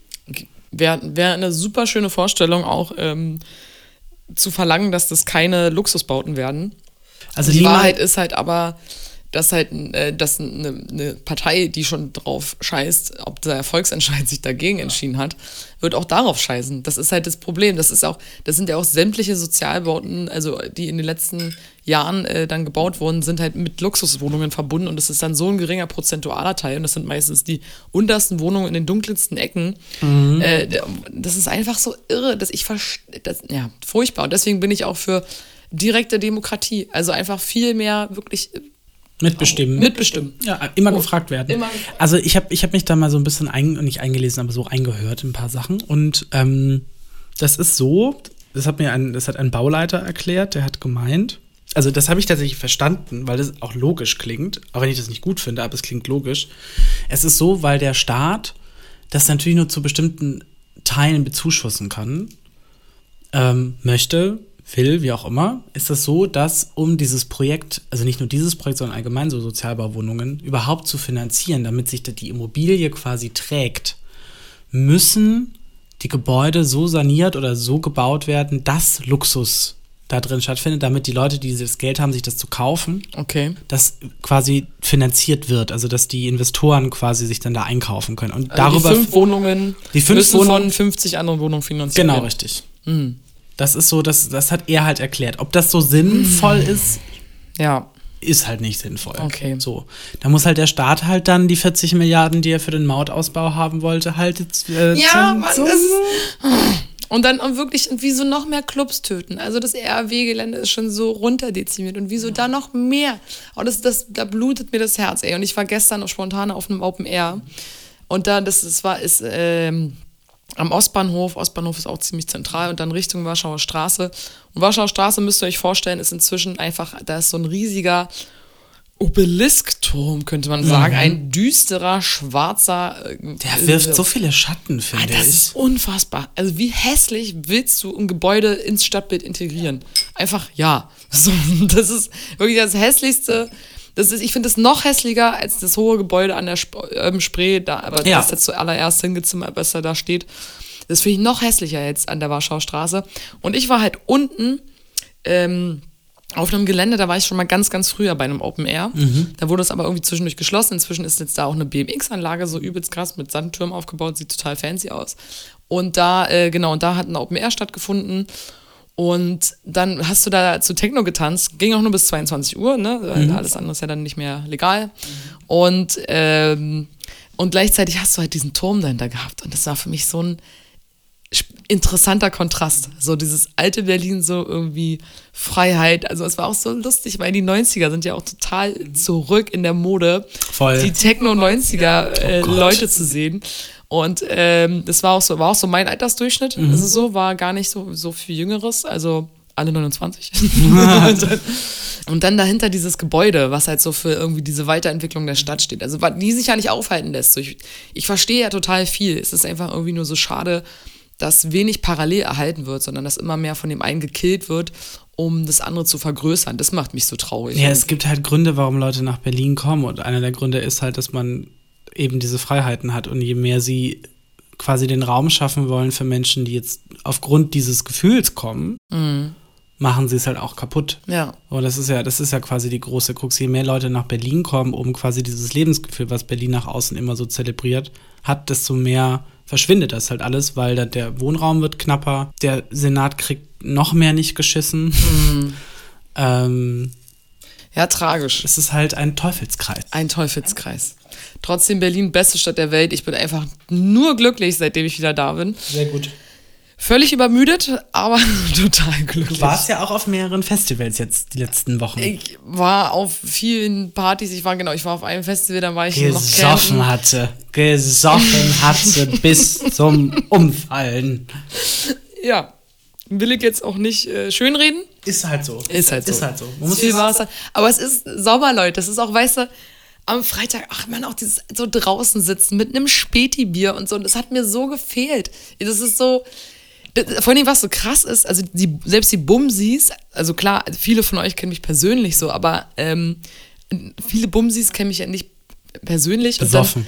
Wäre wär eine super schöne Vorstellung auch, ähm, zu verlangen, dass das keine Luxusbauten werden. Also die Wahrheit ist halt aber, dass halt äh, dass eine, eine Partei, die schon drauf scheißt, ob der Volksentscheid sich dagegen entschieden hat, wird auch darauf scheißen. Das ist halt das Problem. Das ist auch, das sind ja auch sämtliche Sozialbauten, also die in den letzten Jahren äh, dann gebaut wurden, sind halt mit Luxuswohnungen verbunden und das ist dann so ein geringer prozentualer Teil und das sind meistens die untersten Wohnungen in den dunkelsten Ecken. Mhm. Äh, das ist einfach so irre, dass ich verstehe, ja, furchtbar. Und deswegen bin ich auch für direkte Demokratie. Also einfach viel mehr wirklich Mitbestimmen. Mitbestimmen. Ja, immer oh, gefragt werden. Immer. Also ich habe ich hab mich da mal so ein bisschen, ein, nicht eingelesen, aber so eingehört in ein paar Sachen. Und ähm, das ist so, das hat mir ein, das hat ein Bauleiter erklärt, der hat gemeint, also das habe ich tatsächlich verstanden, weil das auch logisch klingt, auch wenn ich das nicht gut finde, aber es klingt logisch. Es ist so, weil der Staat das natürlich nur zu bestimmten Teilen bezuschussen kann, ähm, möchte, will, wie auch immer, ist es so, dass um dieses Projekt, also nicht nur dieses Projekt, sondern allgemein so Sozialbauwohnungen, überhaupt zu finanzieren, damit sich die Immobilie quasi trägt, müssen die Gebäude so saniert oder so gebaut werden, dass Luxus da drin stattfindet, damit die Leute, die das Geld haben, sich das zu kaufen, okay, das quasi finanziert wird, also dass die Investoren quasi sich dann da einkaufen können. Und also darüber die fünf Wohnungen die fünf müssen Wohnungen, von fünfzig anderen Wohnungen finanziert werden. Genau, richtig. Mhm. Das ist so, das, das hat er halt erklärt. Ob das so sinnvoll ist, ja, ist halt nicht sinnvoll. Okay. So, da muss halt der Staat halt dann die vierzig Milliarden, die er für den Mautausbau haben wollte, halt jetzt äh, ja, zum, Mann, zum das ist, und dann auch wirklich, und wieso noch mehr Clubs töten? Also das R A W-Gelände ist schon so runterdezimiert und wieso da noch mehr? Oh, das, das, da blutet mir das Herz, ey. Und ich war gestern auch spontan auf einem Open Air und da, das, das war, ist, ähm, am Ostbahnhof, Ostbahnhof ist auch ziemlich zentral und dann Richtung Warschauer Straße. Und Warschauer Straße, müsst ihr euch vorstellen, ist inzwischen einfach, da ist so ein riesiger Obeliskturm, könnte man sagen. Mhm. Ein düsterer, schwarzer... Der wirft äh, so viele Schatten, finde ich. Das ist unfassbar. Also wie hässlich willst du ein Gebäude ins Stadtbild integrieren? Einfach ja. So, das ist wirklich das hässlichste... Das ist, ich finde es noch hässlicher als das hohe Gebäude an der Sp- ähm, Spree, da, aber ja. das jetzt zuallererst hingezimmert, was da steht. Das finde ich noch hässlicher jetzt an der Warschauer Straße. Und ich war halt unten ähm, auf einem Gelände, da war ich schon mal ganz, ganz früher bei einem Open Air. Mhm. Da wurde es aber irgendwie zwischendurch geschlossen. Inzwischen ist jetzt da auch eine B M X-Anlage, so übelst krass, mit Sandtürmen aufgebaut, sieht total fancy aus. Und da, äh, genau, und da hat ein Open Air stattgefunden. Und dann hast du da zu Techno getanzt, ging auch nur bis zweiundzwanzig Uhr, ne? Mhm. Alles andere ist ja dann nicht mehr legal. Mhm. Und, ähm, und gleichzeitig hast du halt diesen Turm dahinter gehabt. Und das war für mich so ein interessanter Kontrast. So dieses alte Berlin, so irgendwie Freiheit. Also es war auch so lustig, weil die neunziger sind ja auch total zurück in der Mode. Voll. Die Techno-neunziger-Leute äh, oh zu sehen. Und ähm, das war auch so, war auch so mein Altersdurchschnitt. Mhm. Also so, war gar nicht so, so viel Jüngeres, also alle neunundzwanzig. und, dann, und dann dahinter dieses Gebäude, was halt so für irgendwie diese Weiterentwicklung der Stadt steht. Also die sich ja nicht aufhalten lässt. So, ich, ich verstehe ja total viel. Es ist einfach irgendwie nur so schade, dass wenig parallel erhalten wird, sondern dass immer mehr von dem einen gekillt wird, um das andere zu vergrößern. Das macht mich so traurig. Ja, es gibt halt Gründe, warum Leute nach Berlin kommen. Und einer der Gründe ist halt, dass man eben diese Freiheiten hat. Und je mehr sie quasi den Raum schaffen wollen für Menschen, die jetzt aufgrund dieses Gefühls kommen, mhm. machen sie es halt auch kaputt. Ja. Und das ist ja, das ist ja quasi die große Krux. Je mehr Leute nach Berlin kommen, um quasi dieses Lebensgefühl, was Berlin nach außen immer so zelebriert hat, desto mehr verschwindet das halt alles, weil da der Wohnraum wird knapper, der Senat kriegt noch mehr nicht geschissen. Mhm. ähm, ja, tragisch. Es ist halt ein Teufelskreis. Ein Teufelskreis. Trotzdem Berlin, beste Stadt der Welt. Ich bin einfach nur glücklich, seitdem ich wieder da bin. Sehr gut. Völlig übermüdet, aber total glücklich. Du warst ja auch auf mehreren Festivals jetzt die letzten Wochen. Ich war auf vielen Partys. Ich war genau, ich war auf einem Festival, da war ich Gesoffen noch Gesoffen hatte. Gesoffen hatte bis zum Umfallen. Ja. Will ich jetzt auch nicht äh, schönreden. Ist halt so. Ist halt so. Ist halt so. Man muss viel Wasser. Aber es ist Sommer, Leute. Das ist auch, weißt du, am Freitag, ach man, auch dieses so draußen sitzen mit einem Späti-Bier und so. Und das hat mir so gefehlt. Das ist so, das, vor allem, was so krass ist, also die, selbst die Bumsis, also klar, viele von euch kennen mich persönlich so, aber ähm, viele Bumsis kennen mich ja nicht persönlich. Besoffen.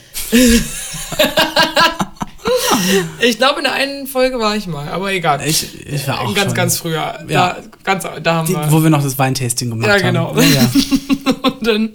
Ich glaube, in der einen Folge war ich mal, aber egal. Ich, ich war auch Ganz, schon. ganz früher. Ja. Da, ganz, da haben Die, wir, wo wir noch das Weintasting gemacht ja, haben. Genau. Ja, genau. Und dann,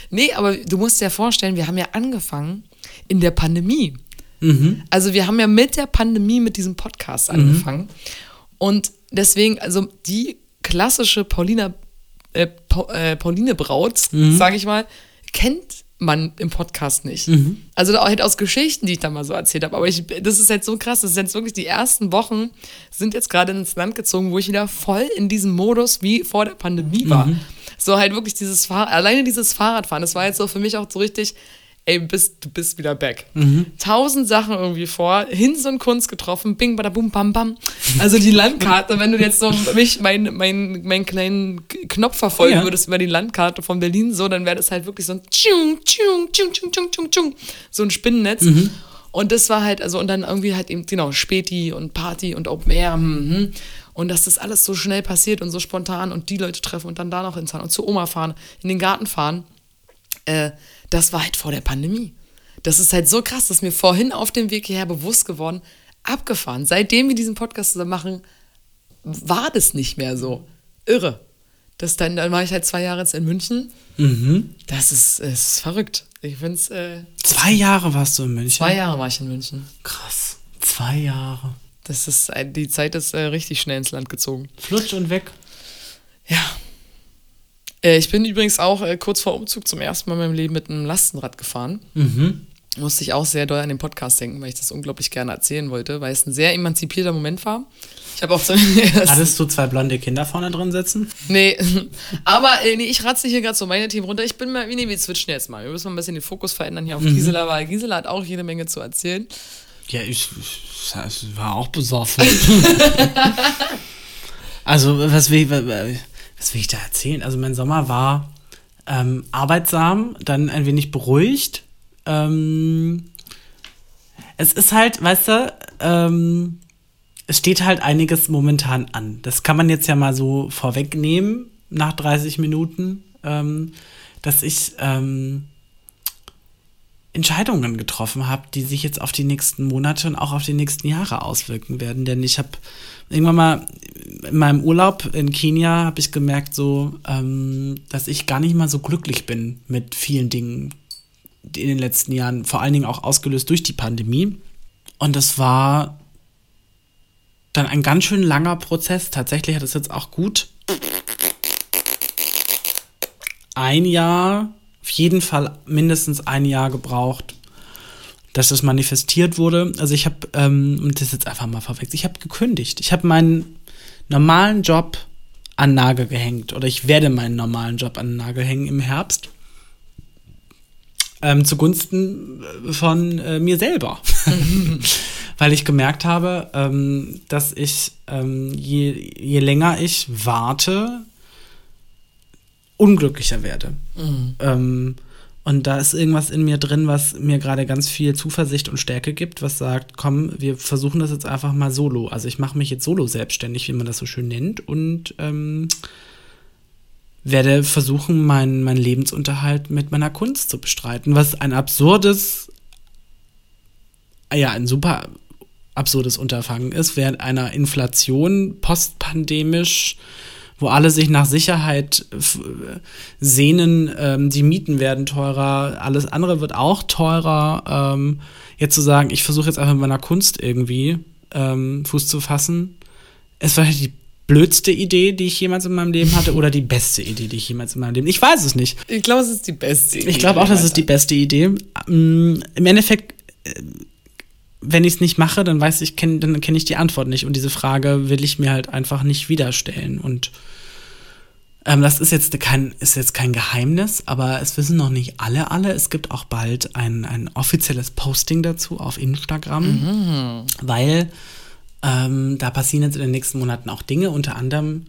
Nee, aber du musst dir ja vorstellen, wir haben ja angefangen in der Pandemie. Mhm. Also wir haben ja mit der Pandemie mit diesem Podcast angefangen. Mhm. Und deswegen, also die klassische Paulina, äh, pa- äh, Pauline Braut, mhm. sage ich mal, kennt man im Podcast nicht. Mhm. Also halt aus Geschichten, die ich da mal so erzählt habe. Aber ich, das ist halt so krass. Das sind jetzt wirklich die ersten Wochen, sind jetzt gerade ins Land gezogen, wo ich wieder voll in diesem Modus wie vor der Pandemie war. Mhm. So halt wirklich dieses Fahrrad, alleine dieses Fahrradfahren, das war jetzt so für mich auch so richtig, ey, bist, du bist wieder back. Mhm. Tausend Sachen irgendwie vor, Hinz und Kunst getroffen, bing, bada, bum, bam, bam. Also die Landkarte, wenn du jetzt so mich, meinen mein, mein kleinen Knopf verfolgen ja. würdest über die Landkarte von Berlin, so, dann wäre das halt wirklich so ein tschung, tschung, tschung, tschung, tschung, tschung, tschung, so ein Spinnennetz. Mhm. Und das war halt, also, und dann irgendwie halt eben, genau, Späti und Party und Open Air, mhm. Und dass das alles so schnell passiert und so spontan und die Leute treffen und dann da noch hinfahren und zur Oma fahren, in den Garten fahren, äh, das war halt vor der Pandemie. Das ist halt so krass, das ist mir vorhin auf dem Weg hierher bewusst geworden, abgefahren. Seitdem wir diesen Podcast zusammen machen, war das nicht mehr so. Irre. Das dann, dann war ich halt zwei Jahre jetzt in München. Mhm. Das ist, ist verrückt. Ich find's, äh, zwei Jahre warst du in München? Zwei Jahre war ich in München. Krass. Zwei Jahre. Das ist, die Zeit ist äh, richtig schnell ins Land gezogen. Flutsch und weg. Ja. Äh, ich bin übrigens auch äh, kurz vor Umzug zum ersten Mal in meinem Leben mit einem Lastenrad gefahren. Mhm. Musste ich auch sehr doll an den Podcast denken, weil ich das unglaublich gerne erzählen wollte, weil es ein sehr emanzipierter Moment war. Ich habe auch so Hattest du zwei blonde Kinder vorne drin sitzen? Nee, aber äh, nee, ich ratze hier gerade so meine Themen runter. Ich bin mal, nee, wir switchen jetzt mal. Wir müssen mal ein bisschen den Fokus verändern hier auf mhm. Gisela, weil Gisela hat auch jede Menge zu erzählen. Ja, ich, ich war auch besoffen. Also, was will, was will ich da erzählen? Also, mein Sommer war ähm, arbeitsam, dann ein wenig beruhigt. Ähm, es ist halt, weißt du, ähm, es steht halt einiges momentan an. Das kann man jetzt ja mal so vorwegnehmen, nach dreißig Minuten, ähm, dass ich ähm, Entscheidungen getroffen habe, die sich jetzt auf die nächsten Monate und auch auf die nächsten Jahre auswirken werden. Denn ich habe irgendwann mal in meinem Urlaub in Kenia habe ich gemerkt, so, ähm, dass ich gar nicht mal so glücklich bin mit vielen Dingen in den letzten Jahren, vor allen Dingen auch ausgelöst durch die Pandemie. Und das war dann ein ganz schön langer Prozess. Tatsächlich hat es jetzt auch gut ein Jahr, auf jeden Fall mindestens ein Jahr gebraucht, dass das manifestiert wurde. Also ich habe, ähm, und das ist jetzt einfach mal vorweg, ich habe gekündigt. Ich habe meinen normalen Job an den Nagel gehängt oder ich werde meinen normalen Job an den Nagel hängen im Herbst. Ähm, zugunsten von äh, mir selber. Weil ich gemerkt habe, ähm, dass ich, ähm, je, je länger ich warte, unglücklicher werde. Mhm. Ähm, und da ist irgendwas in mir drin, was mir gerade ganz viel Zuversicht und Stärke gibt, was sagt, komm, wir versuchen das jetzt einfach mal solo. Also ich mache mich jetzt solo selbstständig, wie man das so schön nennt, und ähm, werde versuchen, meinen mein Lebensunterhalt mit meiner Kunst zu bestreiten, was ein absurdes, ja, ein super absurdes Unterfangen ist, während einer Inflation postpandemisch, wo alle sich nach Sicherheit f- sehnen, ähm, die Mieten werden teurer, alles andere wird auch teurer, ähm, jetzt zu sagen, ich versuche jetzt einfach mit meiner Kunst irgendwie ähm, Fuß zu fassen, es war halt die blödste Idee, die ich jemals in meinem Leben hatte, oder die beste Idee, die ich jemals in meinem Leben... Ich weiß es nicht. Ich glaube, es ist die beste Idee. Ich glaube auch, das ist die beste Idee. Im Endeffekt, wenn ich es nicht mache, dann weiß ich, kenn, dann kenne ich die Antwort nicht. Und diese Frage will ich mir halt einfach nicht wieder stellen. Und ähm, das ist jetzt kein, ist jetzt kein Geheimnis, aber es wissen noch nicht alle alle. Es gibt auch bald ein, ein offizielles Posting dazu auf Instagram, mhm. weil Ähm, da passieren jetzt in den nächsten Monaten auch Dinge, unter anderem,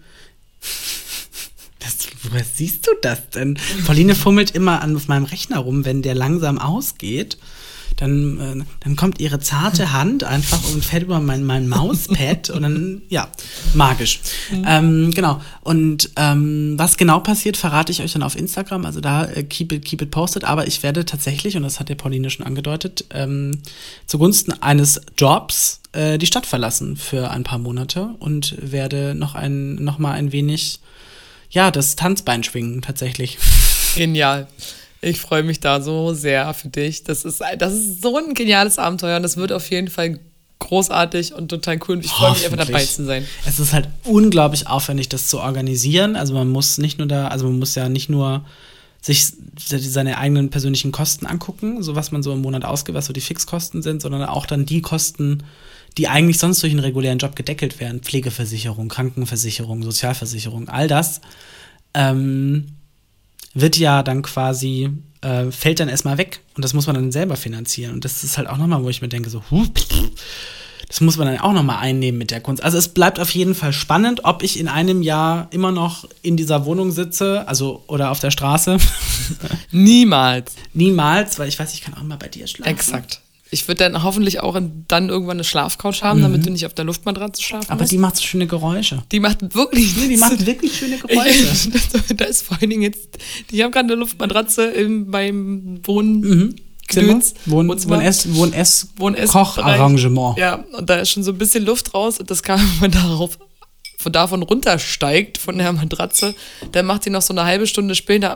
das, woher siehst du das denn? Pauline fummelt immer an auf meinem Rechner rum, wenn der langsam ausgeht, dann, äh, dann kommt ihre zarte Hand einfach und fällt über mein, mein Mauspad und dann, ja, magisch. Mhm. Ähm, genau, und ähm, was genau passiert, verrate ich euch dann auf Instagram, also da äh, keep it, keep it posted, aber ich werde tatsächlich, und das hat der Pauline schon angedeutet, ähm, zugunsten eines Jobs äh, die Stadt verlassen für ein paar Monate und werde noch, ein, noch mal ein wenig, ja, das Tanzbein schwingen, tatsächlich. Genial. Ich freue mich da so sehr für dich. Das ist, das ist so ein geniales Abenteuer und das wird auf jeden Fall großartig und total cool. Und ich freue mich einfach dabei zu sein. Es ist halt unglaublich aufwendig, das zu organisieren. Also man muss nicht nur da, also man muss ja nicht nur sich seine eigenen persönlichen Kosten angucken, so was man so im Monat ausgibt, was so die Fixkosten sind, sondern auch dann die Kosten, die eigentlich sonst durch einen regulären Job gedeckelt werden. Pflegeversicherung, Krankenversicherung, Sozialversicherung, all das ähm, wird ja dann quasi, äh, fällt dann erstmal weg und das muss man dann selber finanzieren. Und das ist halt auch nochmal, wo ich mir denke, so, huh, das muss man dann auch nochmal einnehmen mit der Kunst. Also es bleibt auf jeden Fall spannend, ob ich in einem Jahr immer noch in dieser Wohnung sitze, also oder auf der Straße. Niemals. Niemals, weil ich weiß, ich kann auch immer bei dir schlafen. Exakt. Ich würde dann hoffentlich auch dann irgendwann eine Schlafcouch haben, mhm. damit du nicht auf der Luftmatratze schlafen Aber musst. die macht so schöne Geräusche. Die macht wirklich, nee, die macht wirklich schöne Geräusche. Ich, da ist vor allen Dingen jetzt, ich habe gerade eine Luftmatratze im, beim Wohnen. Mhm. Gedöns, Wohn, Wohn, Ess, Wohn, Ess, Wohn Ess Kocharrangement. Ja, und da ist schon so ein bisschen Luft raus und das kann, wenn man darauf, von davon runtersteigt, von der Matratze, dann macht die noch so eine halbe Stunde später.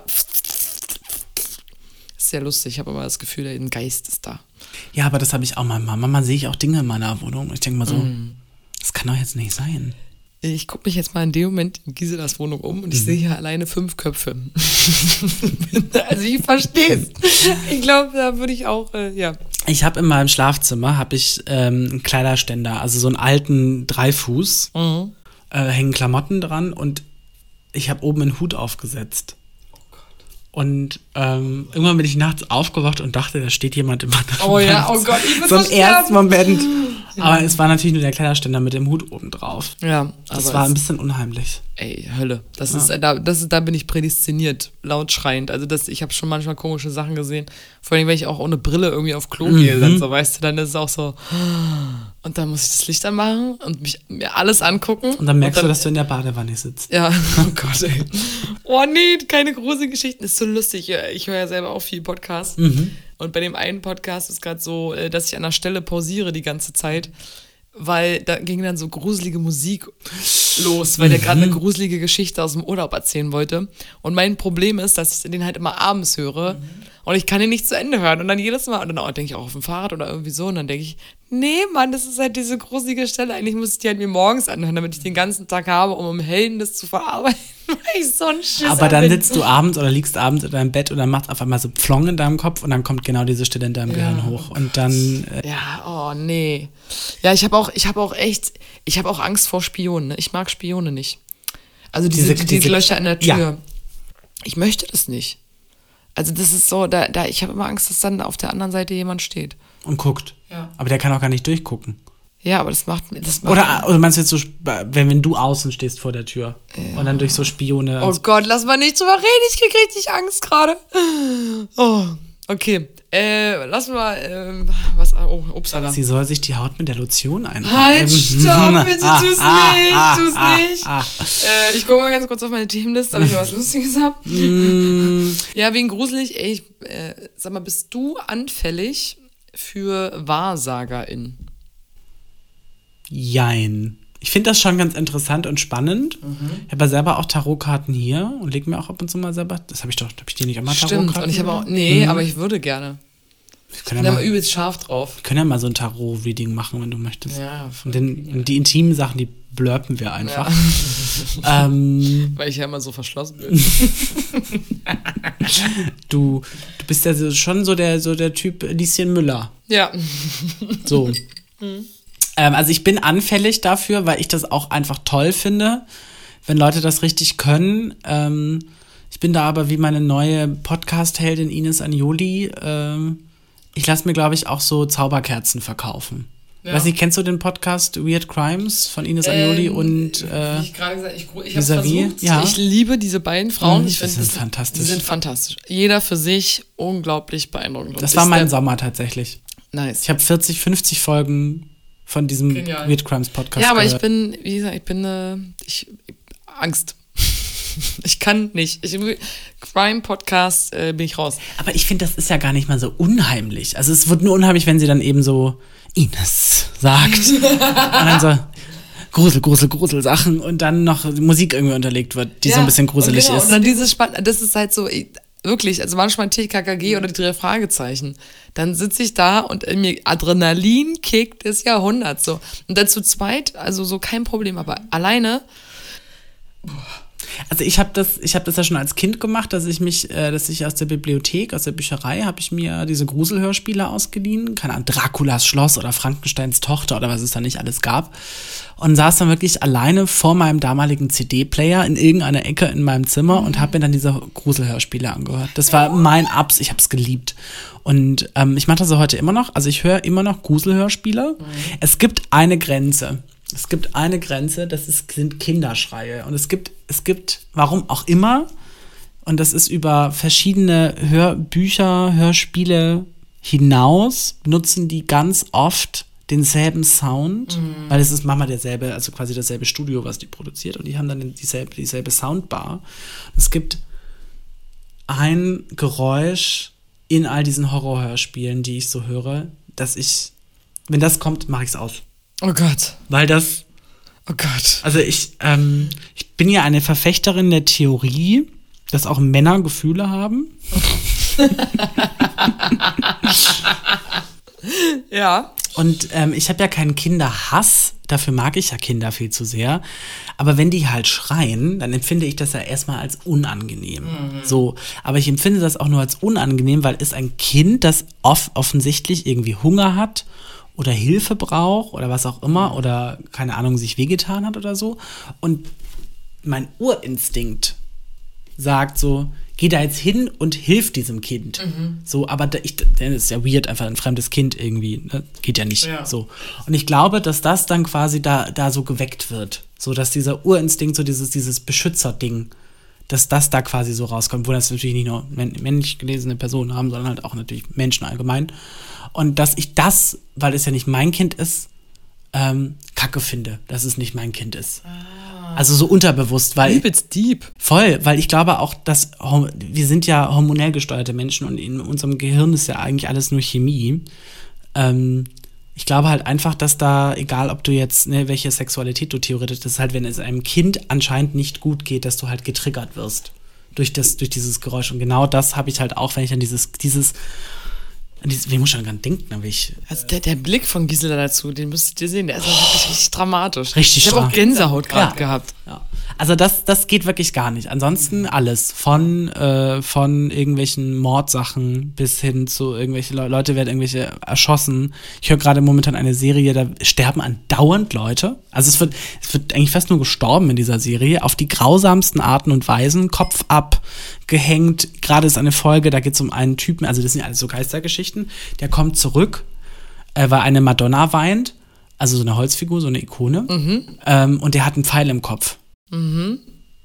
Ist sehr lustig, ich habe immer das Gefühl, ein Geist ist da. Ja, aber das habe ich auch mal. Manchmal sehe ich auch Dinge in meiner Wohnung. Ich denke mal so, mm. das kann doch jetzt nicht sein. Ich gucke mich jetzt mal in dem Moment in Giselas Wohnung um und ich mhm. sehe hier alleine fünf Köpfe. Also ich verstehe es. Ich glaube, da würde ich auch, äh, ja. Ich habe in meinem Schlafzimmer habe ich ähm, einen Kleiderständer, also so einen alten Dreifuß, mhm. äh, hängen Klamotten dran und ich habe oben einen Hut aufgesetzt. Oh Gott. Und ähm, irgendwann bin ich nachts aufgewacht und dachte, da steht jemand im anderen. Oh ja, oh Gott, ich bin so im ersten Moment. Aber es war natürlich nur der Kleiderständer mit dem Hut oben drauf. Ja. Das war ein bisschen unheimlich. Ey, Hölle. Das ja. ist, da, das ist, da bin ich prädestiniert, laut schreiend. Also das, ich habe schon manchmal komische Sachen gesehen. Vor allem, wenn ich auch ohne Brille irgendwie auf Klo mhm. gehe, dann so, weißt du, dann ist es auch so. Und dann muss ich das Licht anmachen und mich, mir alles angucken. Und dann merkst und dann, du, dass du in der Badewanne sitzt. Ja, oh Gott, ey. Oh nee, keine großen Geschichten. Das ist so lustig. Ich höre ja selber auch viel Podcasts. Mhm. Und bei dem einen Podcast ist gerade so, dass ich an der Stelle pausiere die ganze Zeit, weil da ging dann so gruselige Musik los, weil der gerade eine gruselige Geschichte aus dem Urlaub erzählen wollte. Und mein Problem ist, dass ich den halt immer abends höre und ich kann ihn nicht zu Ende hören. Und dann jedes Mal, und dann denke ich auch auf dem Fahrrad oder irgendwie so, und dann denke ich, nee, Mann, das ist halt diese gruselige Stelle. Eigentlich muss ich die halt mir morgens anhören, damit ich den ganzen Tag habe, um im Hellen das zu verarbeiten. Weil ich so ein Schiss Aber dann bin. Sitzt du abends oder liegst abends in deinem Bett und dann macht auf einmal so Pflong in deinem Kopf und dann kommt genau diese Stelle in deinem ja. Gehirn hoch. Und dann. Äh ja, oh nee. Ja, ich habe auch, ich habe auch echt, ich habe auch Angst vor Spionen. Ne? Ich mag Spione nicht. Also diese, diese, diese Löcher in der Tür. Ja. Ich möchte das nicht. Also das ist so, da, da ich habe immer Angst, dass dann auf der anderen Seite jemand steht. Und guckt. Ja. Aber der kann auch gar nicht durchgucken. Ja, aber das macht mir. Das macht oder, oder meinst du jetzt so, wenn, wenn du außen stehst vor der Tür ja. und dann durch so Spione. Oh Gott, lass mal nicht drüber reden, ich krieg richtig Angst gerade. Oh, okay. Äh, lass mal, äh, was, oh, upsala. Sie soll sich die Haut mit der Lotion einreiben. Halt, stopp, bitte, tu's nicht, tu's nicht. Äh, ich gucke mal ganz kurz auf meine Themenliste, ob ich noch was Lustiges hab. Ja, wegen gruselig, ey, ich, äh, sag mal, bist du anfällig für WahrsagerInnen? Jein. Ich finde das schon ganz interessant und spannend. Mhm. Ich habe ja selber auch Tarotkarten hier und lege mir auch ab und zu mal selber. Das habe ich doch, habe ich dir nicht immer Tarotkarten? Stimmt, und ich habe auch, nee, mhm. aber ich würde gerne. Ich bin ja da mal übelst scharf drauf. Wir können ja mal so ein Tarot-Reading machen, wenn du möchtest. Ja, und den, die intimen Sachen, die blurpen wir einfach. Ja. ähm, Weil ich ja immer so verschlossen bin. du, du bist ja so, schon so der, so der Typ Lieschen Müller. Ja. So. Mhm. Ähm, also ich bin anfällig dafür, weil ich das auch einfach toll finde, wenn Leute das richtig können. Ähm, ich bin da aber wie meine neue Podcast-Heldin Ines Agnoli. Ähm, ich lasse mir, glaube ich, auch so Zauberkerzen verkaufen. Ja. Weiß nicht, kennst du den Podcast Weird Crimes von Ines Agnoli ähm, und äh, wie ich gerade gesagt, ich, ich habe versucht. Ja. Ich liebe diese beiden Frauen. Mhm, ich die sind das, fantastisch. Die sind fantastisch. Jeder für sich unglaublich beeindruckend. Das war mein Sommer tatsächlich. Nice. Ich habe vierzig, fünfzig Folgen von diesem Genial. Weird Crimes Podcast Ja, aber gehört. ich bin, wie gesagt, ich bin, äh, ich, Angst. Ich kann nicht. Ich, Crime-Podcast äh, bin ich raus. Aber ich finde, das ist ja gar nicht mal so unheimlich. Also es wird nur unheimlich, wenn sie dann eben so Ines sagt. Und dann so Grusel, Grusel, Grusel Sachen und dann noch Musik irgendwie unterlegt wird, die ja, so ein bisschen gruselig und genau, ist. Und dann dieses Spann, das ist halt so, wirklich, also manchmal T K K G oder die drei Fragezeichen, dann sitze ich da und in mir Adrenalin kickt des Jahrhunderts so. Und dann zu zweit, also so kein Problem, aber alleine. Also ich habe das, ich habe das ja schon als Kind gemacht, dass ich mich, äh, dass ich aus der Bibliothek, aus der Bücherei, habe ich mir diese Gruselhörspiele ausgeliehen, keine Ahnung, Draculas Schloss oder Frankensteins Tochter oder was es da nicht alles gab, und saß dann wirklich alleine vor meinem damaligen C D-Player in irgendeiner Ecke in meinem Zimmer und habe mir dann diese Gruselhörspiele angehört. Das war mein Abs, ich habe es geliebt. Und ähm, ich mache das so heute immer noch, also ich höre immer noch Gruselhörspiele. Mhm. Es gibt eine Grenze. Es gibt eine Grenze, das ist, sind Kinderschreie. Und es gibt, es gibt, warum auch immer, und das ist über verschiedene Hörbücher, Hörspiele hinaus, nutzen die ganz oft denselben Sound, mhm. weil es ist manchmal derselbe, also quasi dasselbe Studio, was die produziert, und die haben dann dieselbe, dieselbe Soundbar. Es gibt ein Geräusch in all diesen Horrorhörspielen, die ich so höre, dass ich, wenn das kommt, mache ich es aus. Oh Gott. Weil das. Oh Gott. Also ich, ähm, ich bin ja eine Verfechterin der Theorie, dass auch Männer Gefühle haben. Ja. Und ähm, ich habe ja keinen Kinderhass, dafür mag ich ja Kinder viel zu sehr. Aber wenn die halt schreien, dann empfinde ich das ja erstmal als unangenehm. Mhm. So, aber ich empfinde das auch nur als unangenehm, weil es ein Kind, das off- offensichtlich irgendwie Hunger hat oder Hilfe braucht oder was auch immer oder, keine Ahnung, sich wehgetan hat oder so. Und mein Urinstinkt sagt so, geh da jetzt hin und hilf diesem Kind. Mhm. So, aber da, ich, das ist ja weird, einfach ein fremdes Kind irgendwie, ne? Geht ja nicht. Ja. So. Und ich glaube, dass das dann quasi da, da so geweckt wird. So, dass dieser Urinstinkt, so dieses, dieses Beschützerding, dass das da quasi so rauskommt, wo das natürlich nicht nur männlich gelesene Personen haben, sondern halt auch natürlich Menschen allgemein. Und dass ich das, weil es ja nicht mein Kind ist, ähm, kacke finde, dass es nicht mein Kind ist. Ah. Also so unterbewusst, weil... Übelst deep. Voll, weil ich glaube auch, dass wir sind ja hormonell gesteuerte Menschen und in unserem Gehirn ist ja eigentlich alles nur Chemie. Ähm, ich glaube halt einfach, dass da, egal ob du jetzt, ne, welche Sexualität du theoretisch, das ist halt, wenn es einem Kind anscheinend nicht gut geht, dass du halt getriggert wirst durch, das, durch dieses Geräusch. Und genau das habe ich halt auch, wenn ich an dieses... dieses Wie muss ich an denken? Aber ich, also der, der Blick von Gisela dazu, den müsstet ihr sehen, der ist oh, wirklich richtig dramatisch. Richtig Ich habe auch Gänsehaut gerade ja. gehabt. Ja. Also das, das geht wirklich gar nicht. Ansonsten alles. Von, äh, von irgendwelchen Mordsachen bis hin zu irgendwelche Le- Leute werden irgendwelche erschossen. Ich höre gerade momentan eine Serie, da sterben andauernd Leute. Also es wird, es wird eigentlich fast nur gestorben in dieser Serie. Auf die grausamsten Arten und Weisen. Kopf ab, gehängt. Gerade ist eine Folge, da geht es um einen Typen, also das sind ja alles so Geistergeschichten. Der kommt zurück, äh, weil eine Madonna weint. Also so eine Holzfigur, so eine Ikone. Mhm. Ähm, und der hat einen Pfeil im Kopf. Mhm.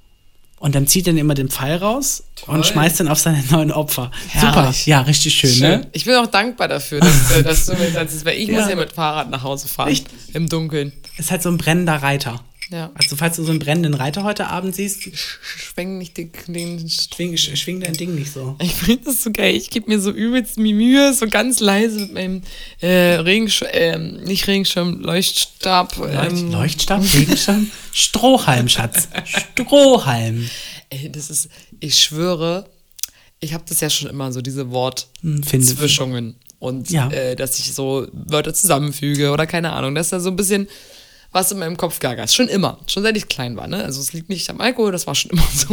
Und dann zieht er immer den Pfeil raus Toll. Und schmeißt dann auf seine neuen Opfer. Herrlich. Super, ja, richtig schön, schön, ne? Ich bin auch dankbar dafür, dass, dass du mir das, weil ich ja. muss ja mit Fahrrad nach Hause fahren. Echt? Im Dunkeln. Ist halt so ein brennender Reiter. Ja. Also falls du so einen brennenden Reiter heute Abend siehst, schwing nicht den, den schwing, schwing dein Ding nicht so. Ich finde das so geil. Ich gebe mir so übelst die Mühe, so ganz leise mit meinem äh, Regenschirm, äh, nicht Regenschirm, Leuchtstab. Leucht, ähm. Leuchtstab, Regenschirm? Strohhalm, Schatz. Strohhalm. Ey, das ist, ich schwöre, ich habe das ja schon immer so, diese Wortzwischungen. Und ja. äh, dass ich so Wörter zusammenfüge oder keine Ahnung, dass da so ein bisschen was in meinem Kopf gaga ist. Schon immer. Schon seit ich klein war, ne? Also es liegt nicht am Alkohol, das war schon immer so.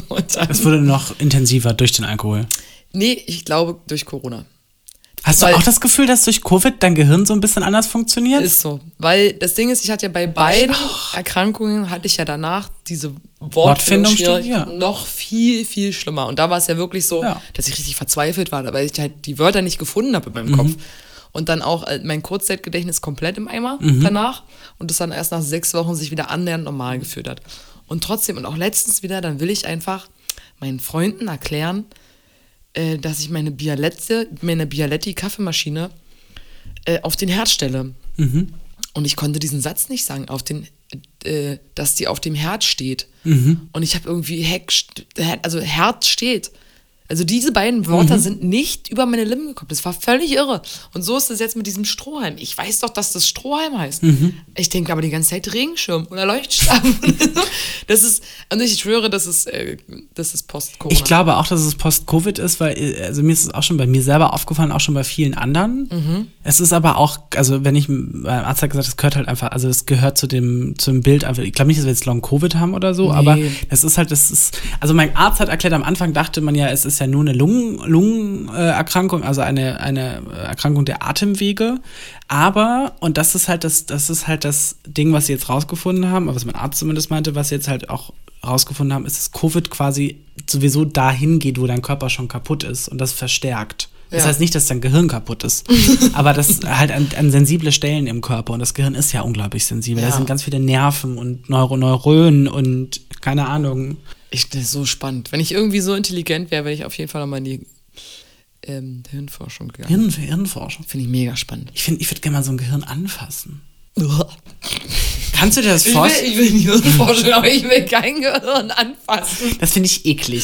Es wurde noch intensiver durch den Alkohol. Nee, ich glaube durch Corona. Hast weil, du auch das Gefühl, dass durch Covid dein Gehirn so ein bisschen anders funktioniert? Ist so. Weil das Ding ist, ich hatte ja bei beiden oh. Erkrankungen, hatte ich ja danach diese Wortfindung ja. noch viel, viel schlimmer. Und da war es ja wirklich so, ja. dass ich richtig verzweifelt war, weil ich halt die Wörter nicht gefunden habe in meinem mhm. Kopf. Und dann auch äh, mein Kurzzeitgedächtnis komplett im Eimer mhm. danach. Und das dann erst nach sechs Wochen sich wieder annähernd normal geführt hat. Und trotzdem, und auch letztens wieder, dann will ich einfach meinen Freunden erklären, äh, dass ich meine Bialetti, meine Bialetti-Kaffeemaschine äh, auf den Herd stelle. Mhm. Und ich konnte diesen Satz nicht sagen, auf den, äh, dass die auf dem Herd steht. Mhm. Und ich habe irgendwie Heck, also Herd steht. Also diese beiden Wörter mhm. sind nicht über meine Lippen gekommen. Das war völlig irre. Und so ist es jetzt mit diesem Strohhalm. Ich weiß doch, dass das Strohhalm heißt. Mhm. Ich denke aber die ganze Zeit Regenschirm oder Leuchtstab. Das ist, und ich schwöre, das ist, äh, das ist Post-Corona. Ich glaube auch, dass es Post-Covid ist, weil, also mir ist es auch schon bei mir selber aufgefallen, auch schon bei vielen anderen. Mhm. Es ist aber auch, also wenn ich, mein Arzt hat gesagt, es gehört halt einfach, also es gehört zu dem, zum Bild einfach, ich glaube nicht, dass wir jetzt Long-Covid haben oder so, nee. aber es ist halt, das ist, also mein Arzt hat erklärt, am Anfang dachte man ja, es ist ja nur eine Lungen, Lungenerkrankung, also eine, eine Erkrankung der Atemwege. Aber, und das ist halt das, das ist halt das Ding, was sie jetzt rausgefunden haben, was mein Arzt zumindest meinte, was sie jetzt halt auch rausgefunden haben, ist, dass Covid quasi sowieso dahin geht, wo dein Körper schon kaputt ist und das verstärkt. Das ja. heißt nicht, dass dein Gehirn kaputt ist, aber das halt an, an sensible Stellen im Körper, und das Gehirn ist ja unglaublich sensibel. Ja. Da sind ganz viele Nerven und Neuro- Neurönen und keine Ahnung. Ich, das ist so spannend. Wenn ich irgendwie so intelligent wäre, wäre ich auf jeden Fall nochmal in die ähm, Hirnforschung gegangen. Hirn, Hirnforschung? Finde ich mega spannend. Ich finde, ich würde gerne mal so ein Gehirn anfassen. Kannst du dir das vorstellen? Ich will, ich will Hirnforschung, aber ich will kein Gehirn anfassen. Das finde ich eklig.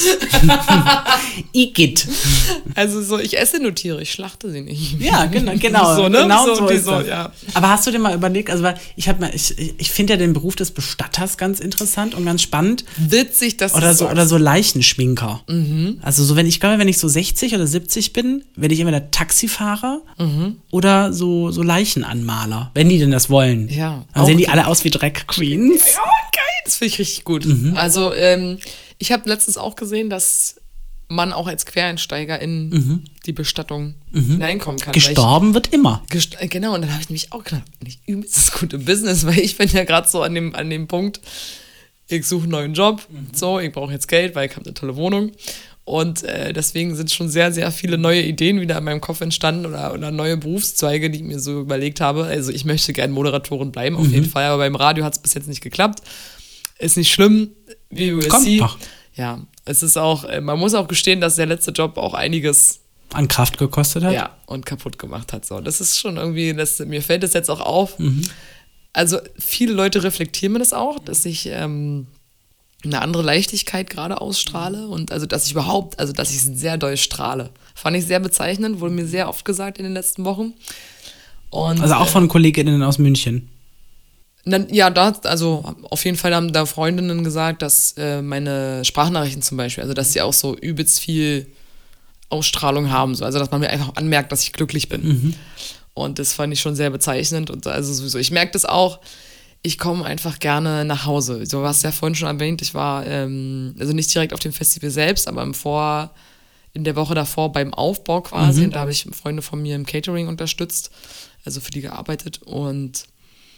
Igitt. Also so, ich esse nur Tiere, ich schlachte sie nicht. Ja, genau, genau. So, ne? genau so, so ist so, das. Ja. Aber hast du dir mal überlegt, also weil ich habe mal, ich, ich finde ja den Beruf des Bestatters ganz interessant und ganz spannend. Witzig, dass oder du so oder so Leichenschminker. Mhm. Also so, wenn ich glaube, wenn ich so sechzig oder siebzig bin, werde ich entweder Taxifahrer mhm. oder so so Leichenanmaler, wenn die denn das wollen. Ja. Dann sehen die alle aus wie Drag Queens. Ja, geil. Das finde ich richtig gut. Mhm. Also, ähm, ich habe letztens auch gesehen, dass man auch als Quereinsteiger in mhm. die Bestattung mhm. hineinkommen kann. Gestorben ich, wird immer. Gest- genau, und dann habe ich nämlich auch gedacht, ich übelst das gute Business, weil ich bin ja gerade so an dem, an dem Punkt, ich suche einen neuen Job, mhm. so, ich brauche jetzt Geld, weil ich habe eine tolle Wohnung. Und äh, deswegen sind schon sehr, sehr viele neue Ideen wieder in meinem Kopf entstanden oder, oder neue Berufszweige, die ich mir so überlegt habe. Also ich möchte gerne Moderatorin bleiben, auf mhm. jeden Fall, aber beim Radio hat es bis jetzt nicht geklappt. Ist nicht schlimm, wie U S C. Kommt noch. Ja, es ist auch, man muss auch gestehen, dass der letzte Job auch einiges an Kraft gekostet hat. Ja, und kaputt gemacht hat. So, das ist schon irgendwie, das, mir fällt das jetzt auch auf. Mhm. Also viele Leute reflektieren mir das auch, dass ich ähm, eine andere Leichtigkeit gerade ausstrahle und also, dass ich überhaupt, also, dass ich sehr doll strahle. Fand ich sehr bezeichnend, wurde mir sehr oft gesagt in den letzten Wochen. Und, also auch von Kolleginnen aus München? Dann, ja, da, also auf jeden Fall haben da Freundinnen gesagt, dass äh, meine Sprachnachrichten zum Beispiel, also dass sie auch so übelst viel Ausstrahlung haben, so, also dass man mir einfach anmerkt, dass ich glücklich bin. Mhm. Und das fand ich schon sehr bezeichnend und also sowieso, ich merke das auch, ich komme einfach gerne nach Hause. So, du hast ja vorhin schon erwähnt, ich war, ähm, also nicht direkt auf dem Festival selbst, aber im Vor, in der Woche davor beim Aufbau quasi, mhm. und da habe ich Freunde von mir im Catering unterstützt, also für die gearbeitet und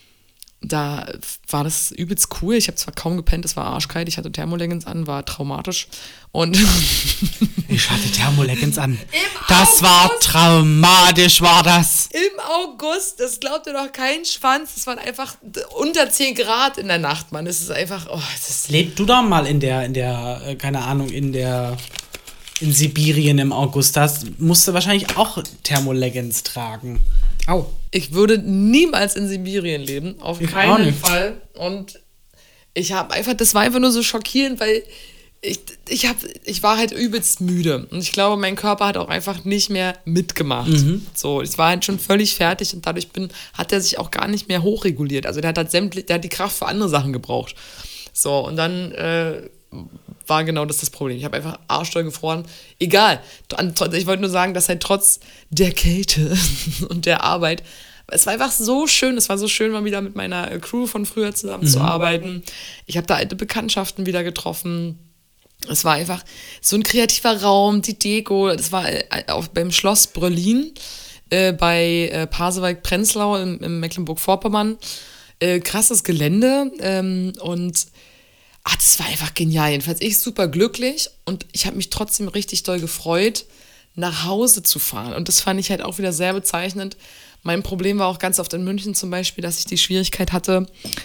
da war das übelst cool. Ich habe zwar kaum gepennt, es war arschkalt, ich hatte Thermoleggings an, war traumatisch. Und ich hatte Thermoleggings an. Das August, war traumatisch, war das. Im August, das glaubt dir doch kein Schwanz. Es waren einfach unter zehn Grad in der Nacht, Mann. Es ist einfach, oh, das ist. Leb du doch mal in der, in der, keine Ahnung, in der, in Sibirien im August. Da musst du wahrscheinlich auch Thermoleggings tragen. Au. Ich würde niemals in Sibirien leben, auf ich keinen Fall. Und ich habe einfach, das war einfach nur so schockierend, weil ich, ich, hab, ich war halt übelst müde. Und ich glaube, mein Körper hat auch einfach nicht mehr mitgemacht. Mhm. So, ich war halt schon völlig fertig und dadurch bin, hat er sich auch gar nicht mehr hochreguliert. Also der hat halt sämtlich, der hat die Kraft für andere Sachen gebraucht. So, und dann äh, war genau das das Problem. Ich habe einfach arschdoll gefroren. Egal. Ich wollte nur sagen, dass halt trotz der Kälte und der Arbeit, es war einfach so schön. Es war so schön, mal wieder mit meiner Crew von früher zusammenzuarbeiten. Mhm. Ich habe da alte Bekanntschaften wieder getroffen. Es war einfach so ein kreativer Raum, die Deko. Das war auch beim Schloss Bröllin äh, bei äh, Pasewalk-Prenzlau im, im Mecklenburg-Vorpommern. Äh, krasses Gelände ähm, und ach, das war einfach genial. Jedenfalls ich super glücklich und ich habe mich trotzdem richtig doll gefreut, nach Hause zu fahren. Und das fand ich halt auch wieder sehr bezeichnend. Mein Problem war auch ganz oft in München zum Beispiel, dass ich die Schwierigkeit hatte,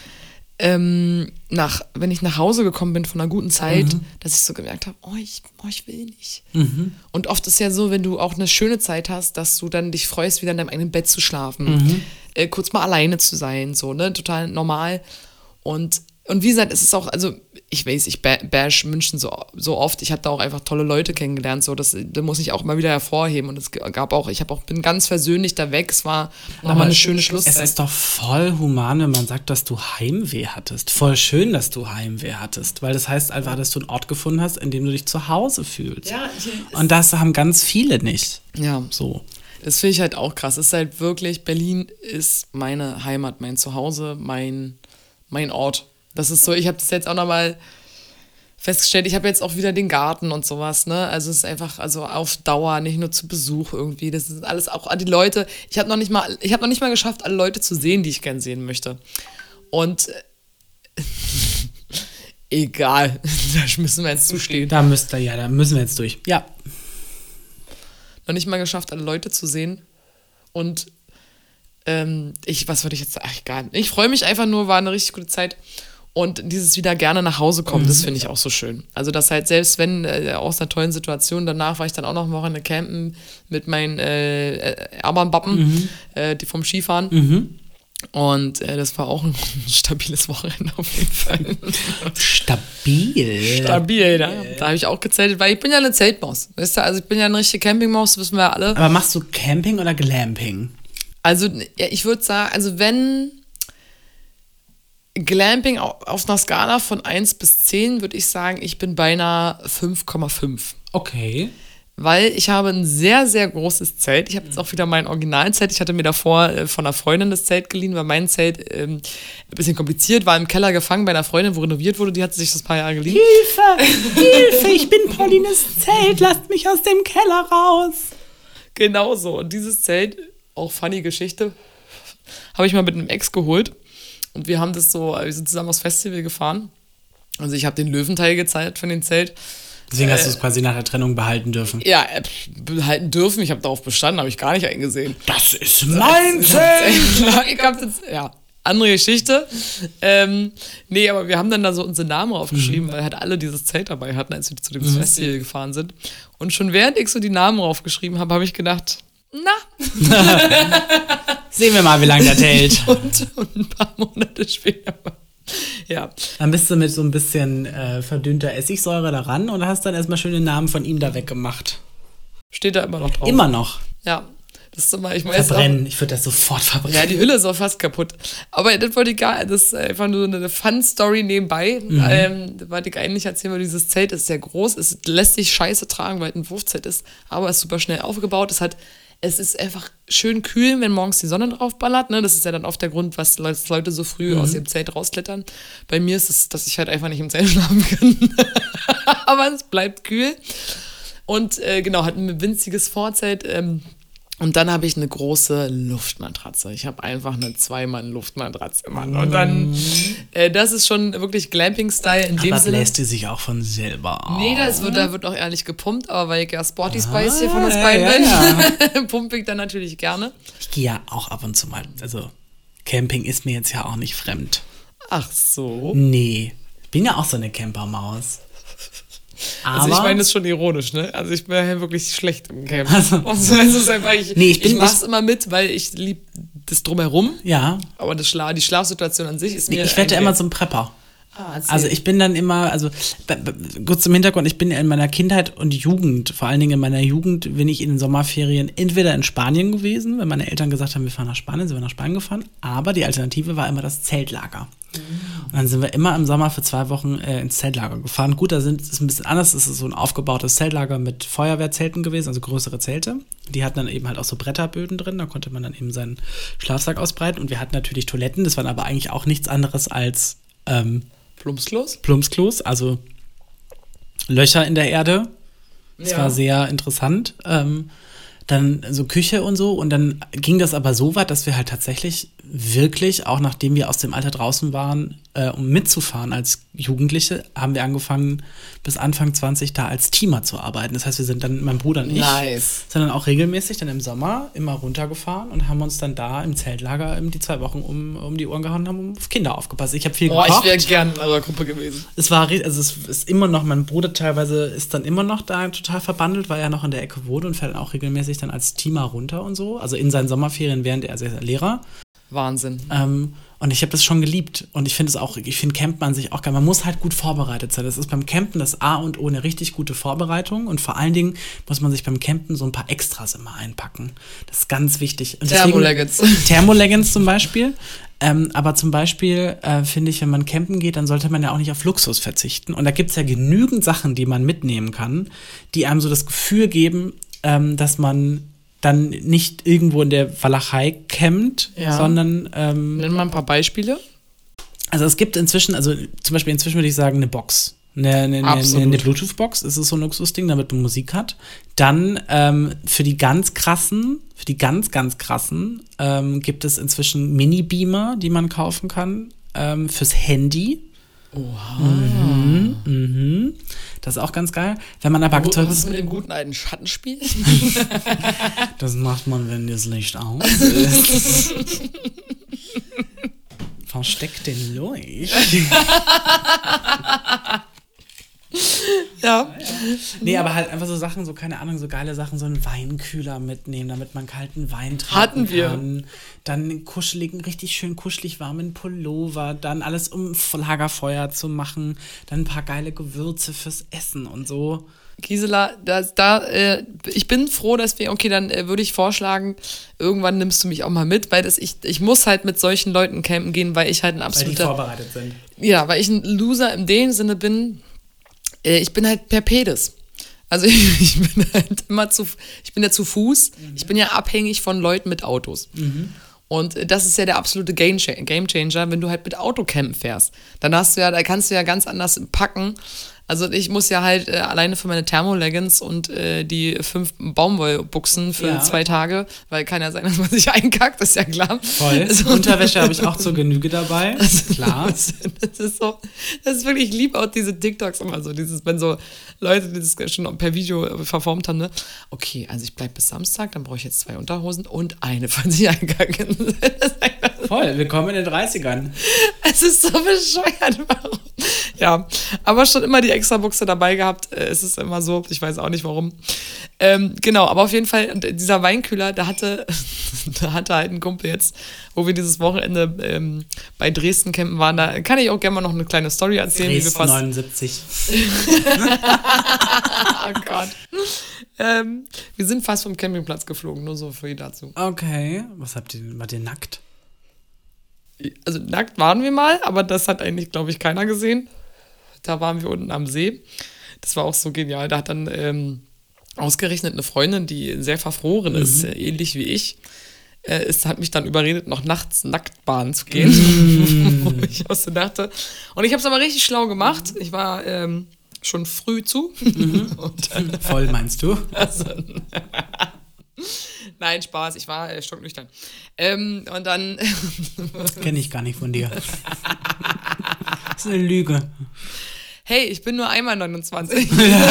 ähm, nach, wenn ich nach Hause gekommen bin von einer guten Zeit, mhm. dass ich so gemerkt habe, oh ich, oh, ich will nicht. Mhm. Und oft ist ja so, wenn du auch eine schöne Zeit hast, dass du dann dich freust, wieder in deinem eigenen Bett zu schlafen, mhm. äh, kurz mal alleine zu sein, so, ne, total normal. Und Und wie gesagt, es ist auch, also ich weiß, ich ba- bash München so, so oft. Ich hatte auch einfach tolle Leute kennengelernt. So, das, das muss ich auch mal wieder hervorheben. Und es gab auch, ich habe auch, bin ganz versöhnlich da weg. Es war nochmal eine schöne Schlusszeit. Es ist doch voll human, wenn man sagt, dass du Heimweh hattest. Voll schön, dass du Heimweh hattest. Weil das heißt einfach, dass du einen Ort gefunden hast, in dem du dich zu Hause fühlst. Ja, ich, und das haben ganz viele nicht. Ja. So. Das finde ich halt auch krass. Es ist halt wirklich, Berlin ist meine Heimat, mein Zuhause, mein, mein Ort. Das ist so, ich habe das jetzt auch nochmal festgestellt, ich habe jetzt auch wieder den Garten und sowas, ne? Also es ist einfach, also auf Dauer, nicht nur zu Besuch irgendwie. Das ist alles auch die Leute, ich habe noch nicht mal, ich habe noch nicht mal geschafft, alle Leute zu sehen, die ich gern sehen möchte. Und egal, da müssen wir jetzt zustehen. Da müsst ihr, ja, da müssen wir jetzt durch. Ja. Noch nicht mal geschafft, alle Leute zu sehen. Und ähm, ich, was würde ich jetzt sagen? Ach, egal. Ich freue mich einfach nur, war eine richtig gute Zeit. Und dieses wieder gerne nach Hause kommen, mhm. das finde ich auch so schön. Also das halt, selbst wenn, äh, aus einer tollen Situation, danach war ich dann auch noch eine Woche campen mit meinen äh, Erbanbappen, mhm. äh, die vom Skifahren. Mhm. Und äh, das war auch ein stabiles Wochenende auf jeden Fall. Stabil? Stabil, ja. Da habe ich auch gezeltet, weil ich bin ja eine Zeltmaus. Weißt du, also ich bin ja eine richtige Campingmaus, das wissen wir ja alle. Aber machst du Camping oder Glamping? Also ich würde sagen, also wenn Glamping auf einer Skala von eins bis zehn, würde ich sagen, ich bin beinahe fünf Komma fünf. Okay. Weil ich habe ein sehr, sehr großes Zelt. Ich habe jetzt auch wieder mein Originalzelt. Ich hatte mir davor äh, von einer Freundin das Zelt geliehen, weil mein Zelt ähm, ein bisschen kompliziert war, im Keller gefangen bei einer Freundin, wo renoviert wurde. Die hat sich das ein paar Jahre geliehen. Hilfe! Hilfe! Ich bin Paulines Zelt! Lasst mich aus dem Keller raus! Genau so. Und dieses Zelt, auch funny Geschichte, habe ich mal mit einem Ex geholt. Und wir haben das so, wir sind zusammen aufs Festival gefahren. Also ich habe den Löwenteil gezahlt von dem Zelt. Deswegen hast du es quasi nach der Trennung behalten dürfen. Ja, äh, behalten dürfen. Ich habe darauf bestanden, habe ich gar nicht eingesehen. Das ist mein Zelt! Ich hab jetzt, ja, andere Geschichte. Ähm, nee, aber wir haben dann da so unsere Namen draufgeschrieben, mhm. weil halt alle dieses Zelt dabei hatten, als wir zu dem mhm. Festival gefahren sind. Und schon während ich so die Namen draufgeschrieben habe, habe ich gedacht, na. Sehen wir mal, wie lange das hält. Und, und ein paar Monate später. Ja. Dann bist du mit so ein bisschen äh, verdünnter Essigsäure daran und hast dann erstmal schön den Namen von ihm da weggemacht. Steht da immer noch drauf. Immer noch? Ja. Das ist immer, ich weiß verbrennen, auch, ich würde das sofort verbrennen. Ja, die Hülle ist auch fast kaputt. Aber das wollte ich gar, das ist einfach nur eine Fun-Story nebenbei. Mhm. Ähm, das wollte ich eigentlich erzählen, weil dieses Zelt ist sehr groß, es lässt sich scheiße tragen, weil es ein Wurfzelt ist, aber es ist super schnell aufgebaut. Es hat Es ist einfach schön kühl, wenn morgens die Sonne drauf ballert. Ne? Das ist ja dann oft der Grund, was Leute so früh mhm. aus ihrem Zelt rausklettern. Bei mir ist es, dass ich halt einfach nicht im Zelt schlafen kann. Aber es bleibt kühl. Und äh, genau, hat ein winziges Vorzelt. Ähm, und dann habe ich eine große Luftmatratze. Ich habe einfach eine Zwei-Mann-Luftmatratze. Mann. Und dann, äh, das ist schon wirklich Glamping-Style in dem aber Sinne. bläst die sich auch von selber auf? Nee, das wird, da wird auch ehrlich gepumpt, aber weil ich ja Sporty Spice ah, hier von uns beiden bin, ja, ja. pumpe ich dann natürlich gerne. Ich gehe ja auch ab und zu mal, also Camping ist mir jetzt ja auch nicht fremd. Ach so? Nee, bin ja auch so eine Campermaus. Aber also ich meine, das ist schon ironisch, ne? Also ich bin ja wirklich schlecht im Camp. Also, also es ist einfach, ich, nee, ich, bin, ich mach's ich, immer mit, weil ich liebe das Drumherum. Ja. Aber das Schla- die Schlafsituation an sich ist nee, mir... Ich werde ja immer zum Prepper. Ah, also ich bin dann immer, also kurz zum Hintergrund, ich bin in meiner Kindheit und Jugend, vor allen Dingen in meiner Jugend, bin ich in den Sommerferien entweder in Spanien gewesen, wenn meine Eltern gesagt haben, wir fahren nach Spanien, sind wir nach Spanien gefahren, aber die Alternative war immer das Zeltlager. Mhm. Und dann sind wir immer im Sommer für zwei Wochen äh, ins Zeltlager gefahren. Gut, da sind, ist ein bisschen anders, es ist so ein aufgebautes Zeltlager mit Feuerwehrzelten gewesen, also größere Zelte. Die hatten dann eben halt auch so Bretterböden drin, da konnte man dann eben seinen Schlafsack ausbreiten und wir hatten natürlich Toiletten, das waren aber eigentlich auch nichts anderes als ähm, Plumpsklos? Plumpsklos, also Löcher in der Erde. Das ja. war sehr interessant. Ähm, dann so Küche und so. Und dann ging das aber so weit, dass wir halt tatsächlich wirklich, auch nachdem wir aus dem Alter draußen waren, äh, um mitzufahren als Jugendliche, haben wir angefangen, bis Anfang zwanzig da als Teamer zu arbeiten. Das heißt, wir sind dann, mein Bruder und ich, nice. sind dann auch regelmäßig dann im Sommer immer runtergefahren und haben uns dann da im Zeltlager die zwei Wochen um, um die Ohren gehauen und haben auf Kinder aufgepasst. Ich habe viel gekocht. Oh, ich wäre gern in eurer Gruppe gewesen. Es war, also es ist immer noch, mein Bruder teilweise ist dann immer noch da total verbandelt, weil er noch in der Ecke wohnt und fährt dann auch regelmäßig dann als Teamer runter und so. Also in seinen Sommerferien während er sehr, sehr Lehrer. Wahnsinn. Ähm, Und ich habe das schon geliebt. Und ich finde es auch, ich finde Campen an sich auch geil. Man muss halt gut vorbereitet sein. Das ist beim Campen das A und O, eine richtig gute Vorbereitung. Und vor allen Dingen muss man sich beim Campen so ein paar Extras immer einpacken. Das ist ganz wichtig. Thermoleggings. Thermoleggings zum Beispiel. Ähm, aber zum Beispiel äh, finde ich, wenn man campen geht, dann sollte man ja auch nicht auf Luxus verzichten. Und da gibt es ja genügend Sachen, die man mitnehmen kann, die einem so das Gefühl geben, ähm, dass man dann nicht irgendwo in der Walachei campt, Ja. sondern ähm, Nenn mal ein paar Beispiele. also es gibt inzwischen, also zum Beispiel inzwischen würde ich sagen, eine Box. Eine, eine, eine, Absolut. eine Bluetooth-Box, ist es so ein Luxusding, damit man Musik hat. Dann ähm, für die ganz krassen, für die ganz, ganz krassen ähm, gibt es inzwischen Mini-Beamer, die man kaufen kann, ähm, fürs Handy. Oha. Mhm, mhm. Das ist auch ganz geil. Wenn man aber Was ist mit dem guten alten Schattenspiel? Das macht man, wenn das Licht aus ist. Versteck den Leucht. Ja. Nee, aber halt einfach so Sachen, so keine Ahnung, so geile Sachen, so einen Weinkühler mitnehmen, damit man kalten Wein trinken Hatten wir. kann. Dann einen kuscheligen, richtig schön kuschelig warmen Pullover, dann alles um Lagerfeuer zu machen, dann ein paar geile Gewürze fürs Essen und so. Gisela, da, da, äh, ich bin froh, dass wir, okay, dann äh, würde ich vorschlagen, irgendwann nimmst du mich auch mal mit, weil das, ich, ich muss halt mit solchen Leuten campen gehen, weil ich halt ein Weil die absoluter, vorbereitet sind. ja, weil ich ein Loser in dem Sinne bin, äh, ich bin halt per Pedis. Also ich, ich bin halt immer zu, ich bin ja zu Fuß, mhm. ich bin ja abhängig von Leuten mit Autos. Mhm. Und das ist ja der absolute Game Changer, wenn du halt mit Autocampen fährst. Dann hast du ja, da kannst du ja ganz anders packen. Also ich muss ja halt äh, alleine für meine Thermoleggings und äh, die fünf Baumwollbuchsen für Ja. zwei Tage, weil kann ja sein, dass man sich einkackt, ist ja klar. Voll. Also, Unterwäsche habe ich auch zur Genüge dabei. Klar. Das, das ist so, das ist wirklich, ich liebe auch diese TikToks immer so, dieses, wenn so Leute, die das schon per Video verformt haben, ne? Okay, also ich bleibe bis Samstag, dann brauche ich jetzt zwei Unterhosen und eine, falls ich einkacken. Voll, willkommen in den dreißigern. Es ist so bescheuert, warum? Ja, aber schon immer die Extrabuchse dabei gehabt. Äh, Es ist immer so, ich weiß auch nicht warum. Ähm, genau, aber auf jeden Fall, und dieser Weinkühler, da hatte, da hatte halt ein Kumpel jetzt, wo wir dieses Wochenende ähm, bei Dresden campen waren, da kann ich auch gerne mal noch eine kleine Story erzählen. Wie wir Dresden fast, neunundsiebzig. oh Gott. Ähm, wir sind fast vom Campingplatz geflogen, nur so für ihr dazu. Okay, was habt ihr, wart ihr nackt? Also nackt waren wir mal, aber das hat eigentlich, glaube ich, keiner gesehen. Da waren wir unten am See. Das war auch so genial. Da hat dann ähm, ausgerechnet eine Freundin, die sehr verfroren ist, Mhm. äh, ähnlich wie ich, äh, ist, hat mich dann überredet, noch nachts nackt baden zu gehen. Mhm. Wo ich auch so dachte. Und ich habe es aber richtig schlau gemacht. Ich war ähm, schon früh zu. Und dann, Voll meinst du? also, nein, Spaß, ich war äh, stocknüchtern. Ähm, und dann Kenne ich gar nicht von dir. Das ist eine Lüge. hey, ich bin nur einmal neunundzwanzig.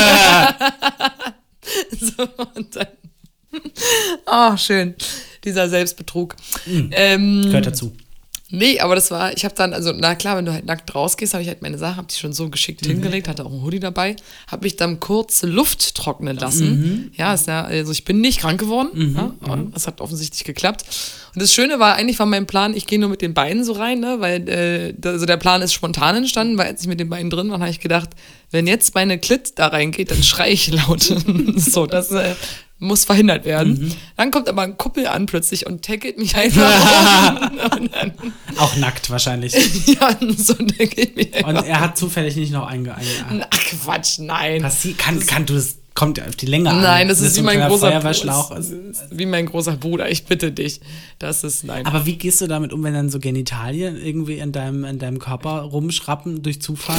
So, und dann. Oh, schön. Dieser Selbstbetrug. Mhm. Ähm, Gehört dazu. Nee, aber das war, ich habe dann, also na klar, wenn du halt nackt rausgehst, habe ich halt meine Sachen, habe die schon so geschickt mhm. hingelegt, hatte auch einen Hoodie dabei, habe mich dann kurz Luft trocknen lassen. Mhm. Ja, ist ja, also ich bin nicht krank geworden. Mhm. Ja, und das hat offensichtlich geklappt. Und das Schöne war, eigentlich war mein Plan, ich gehe nur mit den Beinen so rein, ne, weil äh, also der Plan ist spontan entstanden, weil als ich mit den Beinen drin war, habe ich gedacht, wenn jetzt meine Klit da reingeht, dann schreie ich laut. So, das äh, muss verhindert werden. Mhm. Dann kommt aber ein Kuppel an plötzlich und tackelt mich einfach um. Und dann, auch nackt wahrscheinlich. ja, so tackelt mich einfach. Und er hat zufällig nicht noch einge... einge Ach Quatsch, nein. Passi kann, kann du das... Kommt auf die Länge an. Nein, das ist so wie ein mein kleiner großer Feuerwehrschlauch. Bruder. Wie mein großer Bruder, ich bitte dich. Das ist, nein. Aber wie gehst du damit um, wenn dann so Genitalien irgendwie in deinem, in deinem Körper rumschrappen durch Zufall?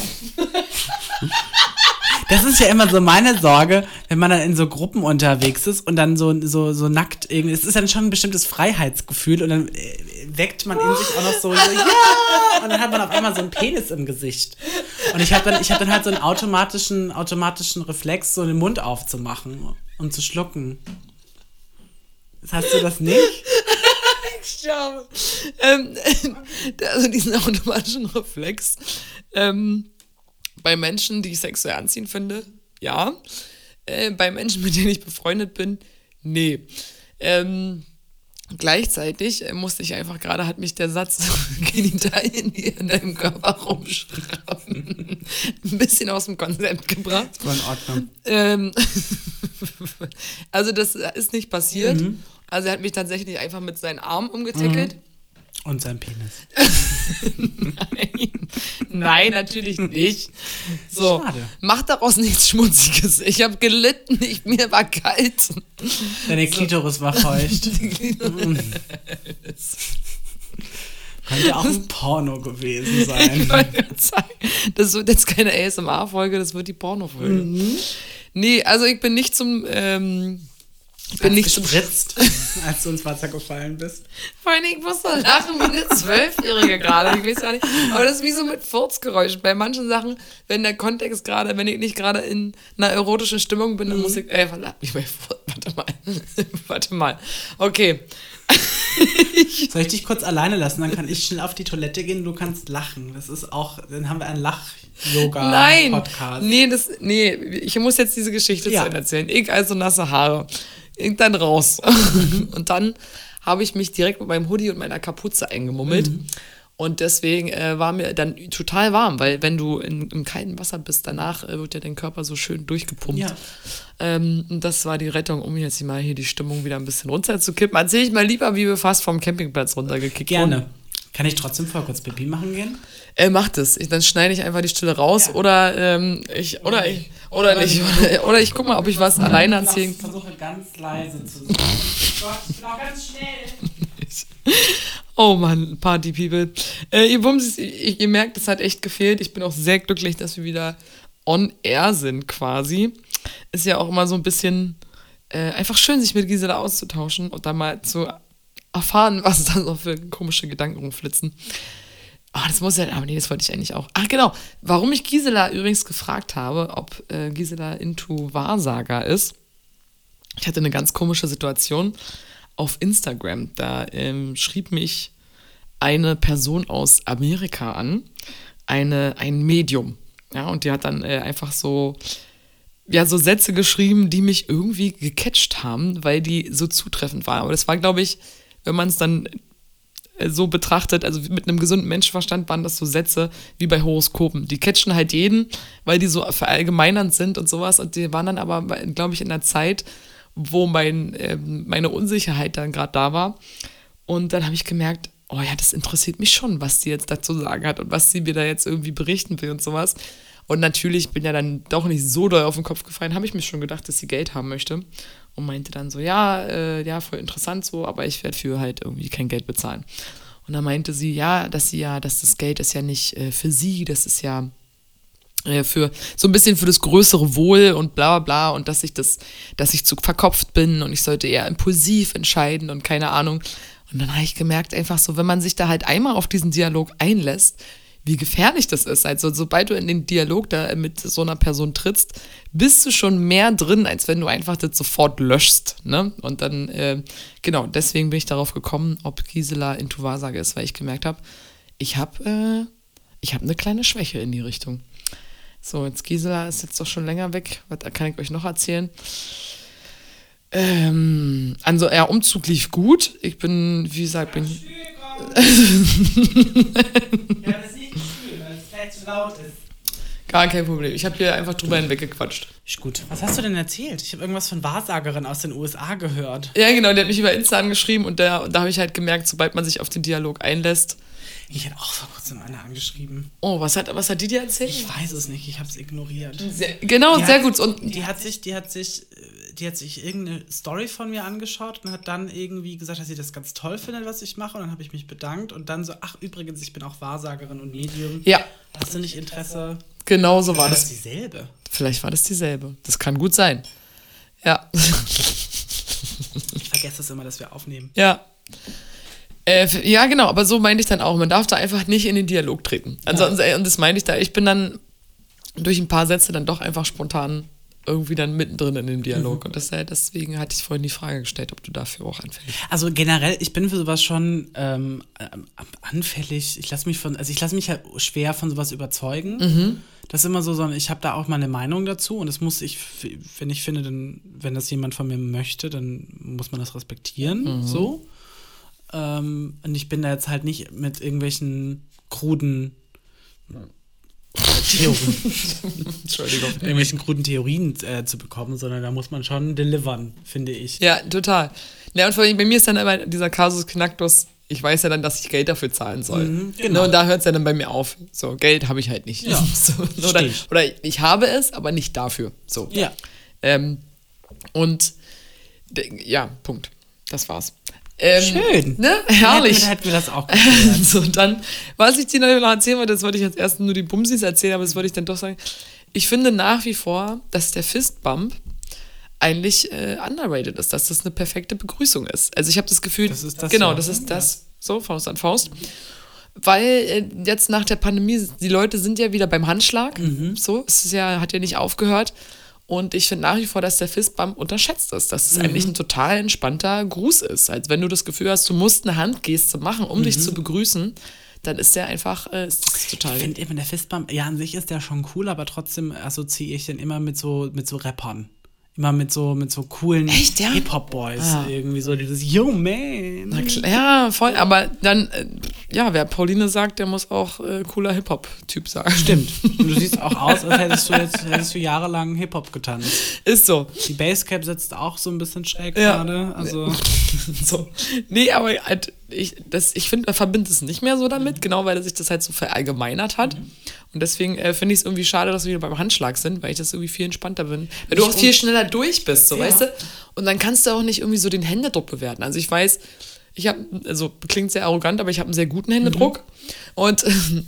Das ist ja immer so meine Sorge, wenn man dann in so Gruppen unterwegs ist und dann so, so, so nackt irgendwie. Es ist dann schon ein bestimmtes Freiheitsgefühl und dann äh, weckt man in sich auch noch so, so ja! Und dann hat man auf einmal so einen Penis im Gesicht. Und ich habe dann, ich hab dann halt so einen automatischen, automatischen Reflex, so den Mund aufzumachen und zu schlucken. Hast du das nicht? Ich glaube, ähm, also diesen automatischen Reflex, ähm, bei Menschen, die ich sexuell anziehend finde, ja. Äh, bei Menschen, mit denen ich befreundet bin, nee. Ähm, Gleichzeitig äh, musste ich einfach gerade, hat mich der Satz Genitalien, die in deinem Körper rumschrauben, ein bisschen aus dem Konzept gebracht. Das war in Ordnung. Ähm, also das ist nicht passiert. Mhm. Also er hat mich tatsächlich einfach mit seinen Armen umgetackelt. Mhm. Und sein Penis. Nein. Nein, natürlich nicht. So, Schade. mach daraus nichts Schmutziges. Ich habe gelitten, ich, mir war kalt. Deine Klitoris war feucht. Mhm. Könnte auch ein Porno gewesen sein. Das wird jetzt keine A S M R-Folge, das wird die Porno-Folge. Mhm. Nee, also ich bin nicht zum... Ähm, Ich bin nicht gespritzt, als du ins Wasser gefallen bist. Vor allem, ich muss so lachen wie eine Zwölfjährige gerade. Ich weiß gar nicht. Aber das ist wie so mit Furzgeräuschen. Bei manchen Sachen, wenn der Kontext gerade, wenn ich nicht gerade in einer erotischen Stimmung bin, dann muss ich. Äh, warte mal. Warte mal. Okay. Soll ich dich kurz alleine lassen? Dann kann ich schnell auf die Toilette gehen und du kannst lachen. Das ist auch, dann haben wir einen Lach-Yoga-Podcast. Nein, nee, das, nee, ich muss jetzt diese Geschichte ja. zu Ende erzählen. Ich also nasse Haare. Ich dann raus. Und dann habe ich mich direkt mit meinem Hoodie und meiner Kapuze eingemummelt. Mhm. Und deswegen äh, war mir dann total warm, weil wenn du in, im kalten Wasser bist, danach äh, wird ja dein Körper so schön durchgepumpt. Ja. Ähm, und das war die Rettung, um jetzt mal hier die Stimmung wieder ein bisschen runterzukippen. Erzähl ich mal lieber, wie wir fast vom Campingplatz runtergekickt wurden. Gerne. Kann ich trotzdem vorher kurz Pipi machen gehen? Äh, mach das. Ich, dann schneide ich einfach die Stille raus ja. oder ähm, ich oder ich oder, oder nicht oder, oder ich guck mal, ob ich was alleine erzählen kann. Ich versuche ganz leise zu sein. Gott, ich bin auch ganz schnell. Oh Mann, Party People. Äh, ihr Bums, ihr, ihr merkt, es hat echt gefehlt. Ich bin auch sehr glücklich, dass wir wieder on air sind quasi. Ist ja auch immer so ein bisschen äh, einfach schön, sich mit Gisela auszutauschen und dann mal zu erfahren, was da so für komische Gedanken rumflitzen. Ah, oh, das muss ja, aber nee, das wollte ich eigentlich auch. Ach genau, warum ich Gisela übrigens gefragt habe, ob äh, Gisela into Wahrsager ist. Ich hatte eine ganz komische Situation auf Instagram. Da ähm, schrieb mich eine Person aus Amerika an, eine, ein Medium. Ja, und die hat dann äh, einfach so, ja, so Sätze geschrieben, die mich irgendwie gecatcht haben, weil die so zutreffend waren. Aber das war, glaube ich, wenn man es dann so betrachtet, also mit einem gesunden Menschenverstand waren das so Sätze wie bei Horoskopen. Die catchen halt jeden, weil die so verallgemeinernd sind und sowas. Und die waren dann aber, glaube ich, in der Zeit, wo mein, äh, meine Unsicherheit dann gerade da war. Und dann habe ich gemerkt, oh ja, das interessiert mich schon, was die jetzt dazu sagen hat und was sie mir da jetzt irgendwie berichten will und sowas. Und natürlich bin ja dann doch nicht so doll auf den Kopf gefallen, habe ich mir schon gedacht, dass sie Geld haben möchte. Und meinte dann so, ja, äh, ja, voll interessant so, aber ich werde für halt irgendwie kein Geld bezahlen. Und dann meinte sie, ja, dass sie ja, dass das Geld ist ja nicht äh, für sie, das ist ja äh, für so ein bisschen für das größere Wohl und bla bla bla und dass ich das, dass ich zu verkopft bin und ich sollte eher impulsiv entscheiden und keine Ahnung. Und dann habe ich gemerkt, einfach so, wenn man sich da halt einmal auf diesen Dialog einlässt, wie gefährlich das ist. Also sobald du in den Dialog da mit so einer Person trittst, bist du schon mehr drin, als wenn du einfach das sofort löschst. Ne? Und dann, äh, genau, deswegen bin ich darauf gekommen, ob Gisela into Wahrsager ist, weil ich gemerkt habe, ich habe äh, ich hab eine kleine Schwäche in die Richtung. So, jetzt Gisela ist jetzt doch schon länger weg. Was kann ich euch noch erzählen? Ähm, also, ja, Umzug lief gut. Ich bin, wie gesagt, bin... Ja, das ist nicht schön, weil es vielleicht zu laut ist. Gar kein Problem. Ich habe hier einfach drüber hinweggequatscht. Ist gut. Was hast du denn erzählt? Ich habe irgendwas von Wahrsagerin aus den U S A gehört. Ja, genau. Der hat mich über Insta angeschrieben und da, da habe ich halt gemerkt, sobald man sich auf den Dialog einlässt. Ich hätte auch vor kurzem eine angeschrieben. Oh, was hat, was hat die dir erzählt? Ich weiß es nicht. Ich habe es ignoriert. Sehr, genau, die sehr hat, gut. Und die hat sich, die hat sich, die hat sich irgendeine Story von mir angeschaut und hat dann irgendwie gesagt, dass sie das ganz toll findet, was ich mache. Und dann habe ich mich bedankt und dann so, ach übrigens, ich bin auch Wahrsagerin und Medium. Ja. Hast du nicht Interesse? Genau so war das. War das dieselbe? Vielleicht war das dieselbe. Das kann gut sein. Ja. Ich vergesse es immer, dass wir aufnehmen. Ja. Äh, ja, genau, aber so meinte ich dann auch. Man darf da einfach nicht in den Dialog treten. Ansonsten, ja. Und das meinte ich da. Ich bin dann durch ein paar Sätze dann doch einfach spontan irgendwie dann mittendrin in dem Dialog. Mhm. Und das, deswegen hatte ich vorhin die Frage gestellt, ob du dafür auch anfällig bist. Also generell, ich bin für sowas schon ähm, anfällig. Ich lasse mich von, also ich lasse mich halt schwer von sowas überzeugen. Mhm. Das ist immer so, sondern ich habe da auch meine Meinung dazu und das muss ich, wenn ich finde, dann, wenn das jemand von mir möchte, dann muss man das respektieren. Mhm. So. Ähm, und ich bin da jetzt halt nicht mit irgendwelchen kruden Theorien, Entschuldigung. irgendwelchen kruden Theorien äh, zu bekommen, sondern da muss man schon delivern, finde ich. Ja, total. Ja, und vor allem bei mir ist dann immer dieser Kasus Knacktus, ich weiß ja dann, dass ich Geld dafür zahlen soll. Mhm, genau. Ne, und da hört es ja dann bei mir auf. So, Geld habe ich halt nicht. Ja, so, oder, steh ich. oder ich habe es, aber nicht dafür. So. Ja. Ähm, und de- ja, Punkt. Das war's. Ähm, Schön. Ne? Herrlich. Hätten wir, hätten wir das auch geklärt. So, dann, was ich dir noch erzählen wollte, das wollte ich jetzt erst nur die Bumsis erzählen, aber das wollte ich dann doch sagen. Ich finde nach wie vor, dass der Fistbump eigentlich äh, underrated ist, dass das eine perfekte Begrüßung ist. Also ich habe das Gefühl, Das ist das, genau, ja. das ist das, so, Faust an Faust. Weil äh, jetzt nach der Pandemie, die Leute sind ja wieder beim Handschlag, Mhm. so, es ist ja, hat ja nicht aufgehört. Und ich finde nach wie vor, dass der Fistbump unterschätzt ist, dass es Mhm. eigentlich ein total entspannter Gruß ist. Als wenn du das Gefühl hast, du musst eine Handgeste machen, um Mhm. dich zu begrüßen, dann ist der einfach, äh, ist das total... Ich finde immer, der Fistbump, ja, an sich ist der schon cool, aber trotzdem assoziiere ich den immer mit so, mit so Rappern. Immer mit so, mit so coolen Echt, ja? Hip-Hop-Boys. Ah. Irgendwie so dieses Yo, man. Na klar, ja, voll, aber dann, äh, ja, wer Pauline sagt, der muss auch äh, cooler Hip-Hop-Typ sagen. Stimmt. Und du siehst auch aus, als hättest du jetzt hättest du jahrelang Hip-Hop getanzt. Ist so. Die Basecap sitzt auch so ein bisschen schräg Ja. gerade. Also, so. Nee, aber halt, ich, das, ich finde, man verbindet es nicht mehr so damit, genau weil er sich das halt so verallgemeinert hat. Und deswegen äh, finde ich es irgendwie schade, dass wir wieder beim Handschlag sind, weil ich das irgendwie viel entspannter bin. Weil du auch viel schneller durch bist, so, Ja. weißt du? Und dann kannst du auch nicht irgendwie so den Händedruck bewerten. Also ich weiß, ich habe, also klingt sehr arrogant, aber ich habe einen sehr guten Händedruck. Und,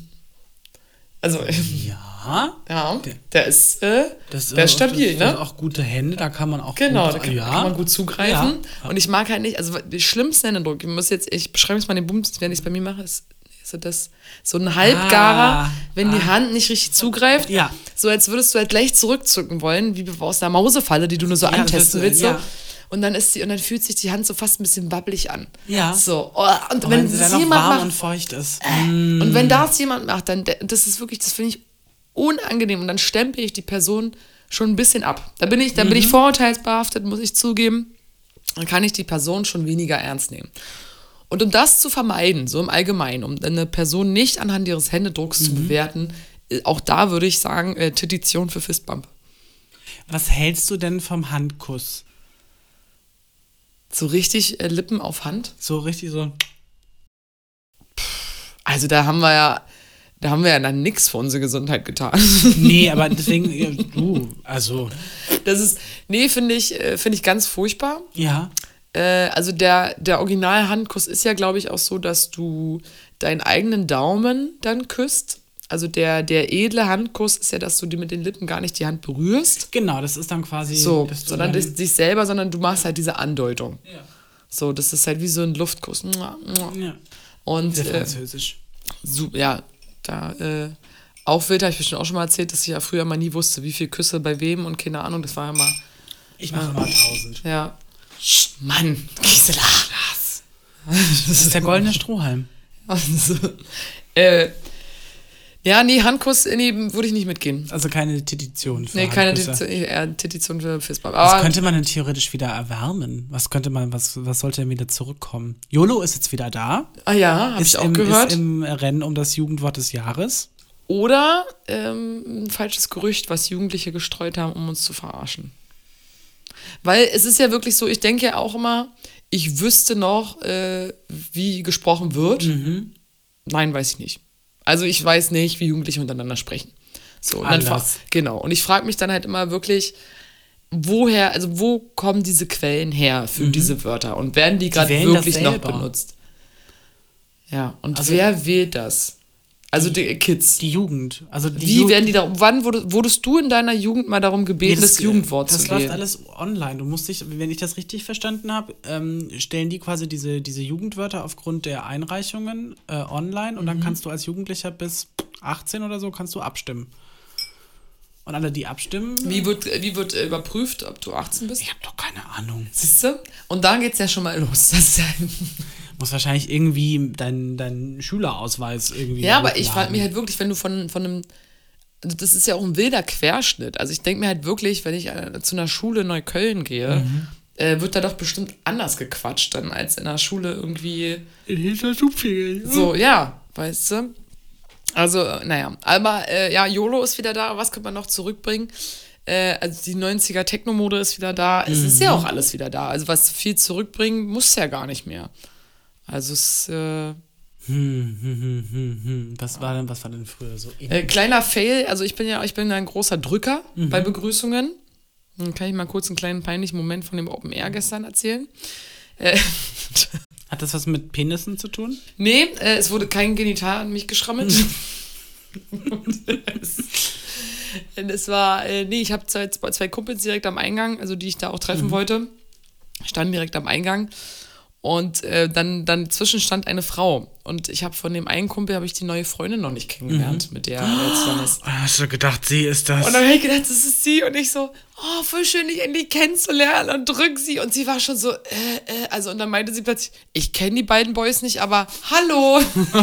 also, ja. ja, der ist, äh, Das, der ist stabil, das, ne? Das sind auch gute Hände, da kann man auch Genau, gut, da kann, ja. kann man gut zugreifen. Ja. Und ich mag halt nicht, also den schlimmsten Händedruck, ich muss jetzt, ich beschreibe es mal den Bums, wenn ich es bei mir mache, ist so das, so ein Halbgarer, Ah, wenn die ah. Hand nicht richtig zugreift. Ja. So als würdest du halt gleich zurückzucken wollen, wie aus einer Mausefalle, die du nur so Ja, antesten das, willst. ja. So. Und dann ist die, und dann fühlt sich die Hand so fast ein bisschen wabbelig an. Ja. So. Oh, und Und wenn wenn sie das dann noch jemand warm macht, und feucht ist. und wenn das jemand macht, dann, das ist wirklich, das finde ich unangenehm. Und dann stempel ich die Person schon ein bisschen ab. Da bin ich, da bin ich vorurteilsbehaftet, muss ich zugeben. Dann kann ich die Person schon weniger ernst nehmen. Und um das zu vermeiden, so im Allgemeinen, um eine Person nicht anhand ihres Händedrucks zu bewerten, äh, auch da würde ich sagen, äh, Petition für Fistbump. Was hältst du denn vom Handkuss? So richtig äh, Lippen auf Hand. So richtig so. Also da haben wir ja, da haben wir ja dann nichts für unsere Gesundheit getan. Nee, aber deswegen, ja, du, also, Das ist, nee, finde ich, äh, finde ich ganz furchtbar. ja. Äh, also der, der Original-Handkuss ist ja, glaube ich, auch so, dass du deinen eigenen Daumen dann küsst. Also der, der edle Handkuss ist ja, dass du dir mit den Lippen gar nicht die Hand berührst. Genau, das ist dann quasi. So, dass du sondern dann- dich, dich selber, sondern du machst halt diese Andeutung. Ja. So, das ist halt wie so ein Luftkuss. Ja, Und sehr äh, französisch. so, ja, da äh, auch wild, habe ich bestimmt auch schon mal erzählt, dass ich ja früher mal nie wusste, wie viele Küsse bei wem und keine Ahnung, das war ja mal, Ich mache mal tausend. ja. Mann, Gisela. Das ist der goldene Strohhalm. Also, äh, ja, nee, Handkuss, nee, würde ich nicht mitgehen. Also keine Petition für Nee, keine Handküsse. Petition, eher Petition für Fistbump. Was Aber könnte man denn theoretisch wieder erwärmen? Was könnte man, was, was sollte denn wieder zurückkommen? YOLO ist jetzt wieder da. ah ja, habe Ist ich auch im, gehört. Ist im Rennen um das Jugendwort des Jahres. Oder ähm, ein falsches Gerücht, was Jugendliche gestreut haben, um uns zu verarschen. Weil es ist ja wirklich so, ich denke ja auch immer, ich wüsste noch, äh, wie gesprochen wird. Mhm. Nein, weiß ich nicht. Also ich weiß nicht, wie Jugendliche miteinander sprechen. So, und dann fra- Anders. genau. Und ich frage mich dann halt immer wirklich, woher, also wo kommen diese Quellen her für diese Wörter? Und werden die gerade Mhm. wählen das wirklich noch selber. benutzt? Ja, und Also- wer wählt das? Also die Kids. Die Jugend. Also die Wie Ju- werden die da, wann wurdest, wurdest du in deiner Jugend mal darum gebeten, Nee, das, Jugendwort das zu läuft wählen? alles online. Du musst dich, wenn ich das richtig verstanden habe, ähm, stellen die quasi diese, diese Jugendwörter aufgrund der Einreichungen äh, online und Mhm. dann kannst du als Jugendlicher bis achtzehn oder so kannst du abstimmen. Und alle, die abstimmen, Wie wird, wie wird äh, überprüft, ob du achtzehn bist? ich habe doch keine Ahnung. Siehst du? Und da geht's ja schon mal los. Das ist ja, Muss wahrscheinlich irgendwie dein, dein Schülerausweis irgendwie. ja, aber ich hochladen. frage mich halt wirklich, wenn du von, von einem, also das ist ja auch ein wilder Querschnitt. Also ich denke mir halt wirklich, wenn ich äh, zu einer Schule in Neukölln gehe, äh, wird da doch bestimmt anders gequatscht dann als in der Schule irgendwie. In Hintertupfingen. So, ja, weißt du? Also, äh, naja, aber äh, ja, YOLO ist wieder da. Was könnte man noch zurückbringen? Äh, also die neunziger Techno-Mode ist wieder da. Es mhm. ist ja auch alles wieder da. Also was viel zurückbringen, muss ja gar nicht mehr. Also es äh, Hm, hm, hm, hm, hm. Was war denn, was war denn früher so? Äh, kleiner Fail, also ich bin ja, ich bin ja ein großer Drücker mhm. bei Begrüßungen. Dann kann ich mal kurz einen kleinen peinlichen Moment von dem Open Air gestern erzählen. Äh, Hat das was mit Penissen zu tun? Nee, äh, es wurde kein Genital an mich geschrammelt. Und es, und es war, äh, nee, ich habe zwei, zwei Kumpels direkt am Eingang, also die ich da auch treffen mhm. wollte, standen direkt am Eingang. Und äh, dann, dann zwischen stand eine Frau. Und ich habe von dem einen Kumpel, habe ich die neue Freundin noch nicht kennengelernt, mhm. mit der er jetzt dann ist. Hast du gedacht, sie ist das? Und dann habe ich gedacht, das ist sie. Und ich so, oh, voll schön, dich endlich kennenzulernen. Und drück sie. Und sie war schon so, äh, äh. Also, und dann meinte sie plötzlich, ich kenne die beiden Boys nicht, aber hallo.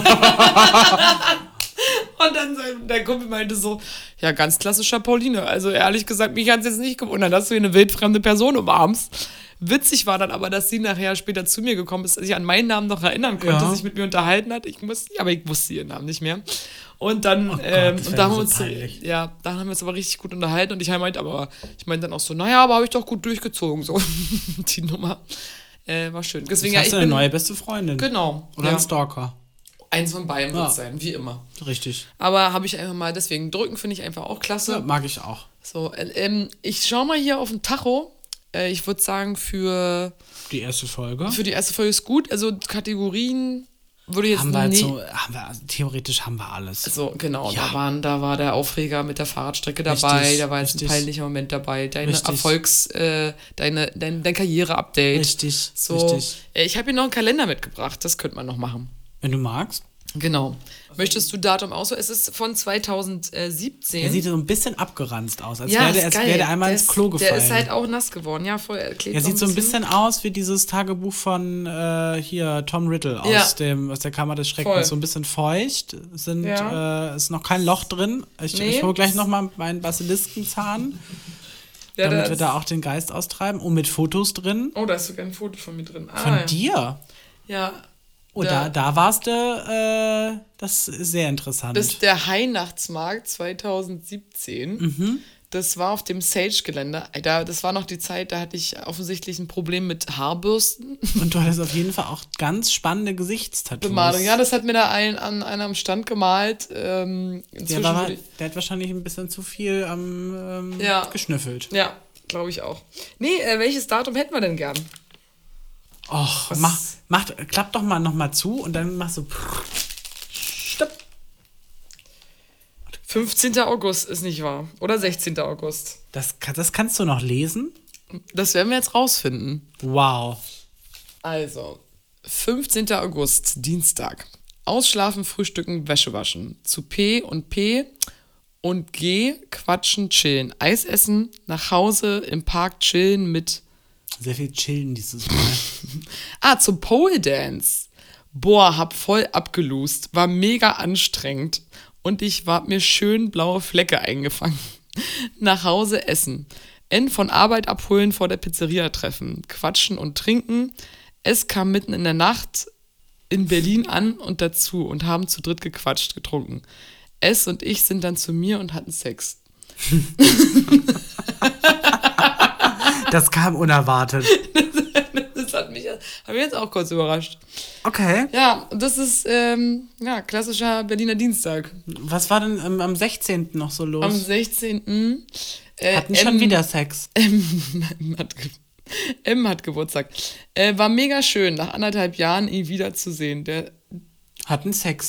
Und dann sein, der Kumpel meinte so, ja, ganz klassischer Pauline. Also ehrlich gesagt, mich hat es jetzt nicht gewundert, dass du hier eine wildfremde Person umarmst. Witzig war dann aber, dass sie nachher später zu mir gekommen ist, dass ich an meinen Namen noch erinnern konnte, ja. sich mit mir unterhalten hat. Ich musste, aber ich wusste ihren Namen nicht mehr. Und dann, oh Gott, ähm, und da haben wir uns, ja, dann haben wir uns aber richtig gut unterhalten. Und ich meinte aber, ich meinte dann auch so, naja, aber habe ich doch gut durchgezogen, so die Nummer. Äh, war schön. Deswegen, das heißt, ja, ich eine bin, neue beste Freundin. Genau. Oder ja. ein Stalker. Eins von beiden ja. wird es sein, wie immer. Richtig. Aber habe ich einfach mal, deswegen drücken finde ich einfach auch klasse. Ja, mag ich auch. So, äh, ähm, ich schaue mal hier auf den Tacho. Äh, ich würde sagen, für die erste Folge. Für die erste Folge ist gut. Also Kategorien würde ich jetzt haben wir nicht. So, haben wir, also theoretisch haben wir alles. So, genau. Ja. Da, waren, da war der Aufreger mit der Fahrradstrecke dabei. Richtig, da war jetzt richtig. ein peinlicher Moment dabei. Deine Richtig. Erfolgs-, äh, deine, dein, dein Karriere-Update. Richtig, so, richtig. Äh, ich habe hier noch einen Kalender mitgebracht. Das könnte man noch machen. Wenn du magst. Genau. Möchtest du Datum aussuchen? Es ist von zweitausendsiebzehn. Der sieht so ein bisschen abgeranzt aus, als ja, wäre der, wär der einmal der ins ist, Klo gefallen. Der ist halt auch nass geworden, ja, voll. Er Der sieht so ein bisschen aus wie dieses Tagebuch von äh, hier Tom Riddle aus, ja. dem, aus der Kammer des Schreckens. Voll. So ein bisschen feucht, sind, ja. äh, ist noch kein Loch drin. Ich, nee. ich hole gleich nochmal meinen Basiliskenzahn, ja, damit wir da auch den Geist austreiben. Und mit Fotos drin. Oh, da ist sogar ein Foto von mir drin. Ah, von ja. dir? Ja. Oh, da, da warst du, äh, das ist sehr interessant. Das ist der Weihnachtsmarkt zweitausendsiebzehn. Mhm. Das war auf dem Sage-Gelände. Da, das war noch die Zeit, da hatte ich offensichtlich ein Problem mit Haarbürsten. Und du hattest auf jeden Fall auch ganz spannende Gesichtstattoos. Bemalung, ja, das hat mir da ein, an einer am Stand gemalt. Ähm, der, war, der hat wahrscheinlich ein bisschen zu viel am ähm, ja. geschnüffelt. Ja, glaube ich auch. Nee, äh, welches Datum hätten wir denn gern? Och, mach, mach, klapp doch mal nochmal zu und dann machst du. Stopp. fünfzehnter August ist nicht wahr. Oder sechzehnter August. Das, das kannst du noch lesen? Das werden wir jetzt rausfinden. Wow. Also, fünfzehnter August, Dienstag. Ausschlafen, frühstücken, Wäsche waschen. Zu P und P und G quatschen, chillen. Eis essen, nach Hause, im Park chillen mit. Sehr viel chillen dieses Mal. ah, zum Pole Dance. Boah, hab voll abgelust. War mega anstrengend. Und ich war mir schön blaue Flecke eingefangen. Nach Hause essen. N von Arbeit abholen, vor der Pizzeria treffen. Quatschen und trinken. S kam mitten in der Nacht in Berlin an und dazu und haben zu dritt gequatscht, getrunken. S und ich sind dann zu mir und hatten Sex. Das kam unerwartet. Das hat mich, hat mich jetzt auch kurz überrascht. Okay. Ja, und das ist ähm, ja, klassischer Berliner Dienstag. Was war denn ähm, am sechzehnten noch so los? Am sechzehnten Äh, Hatten schon M, wieder Sex. M hat, M hat Geburtstag. Äh, war mega schön, nach anderthalb Jahren ihn wiederzusehen. Der hatten Sex.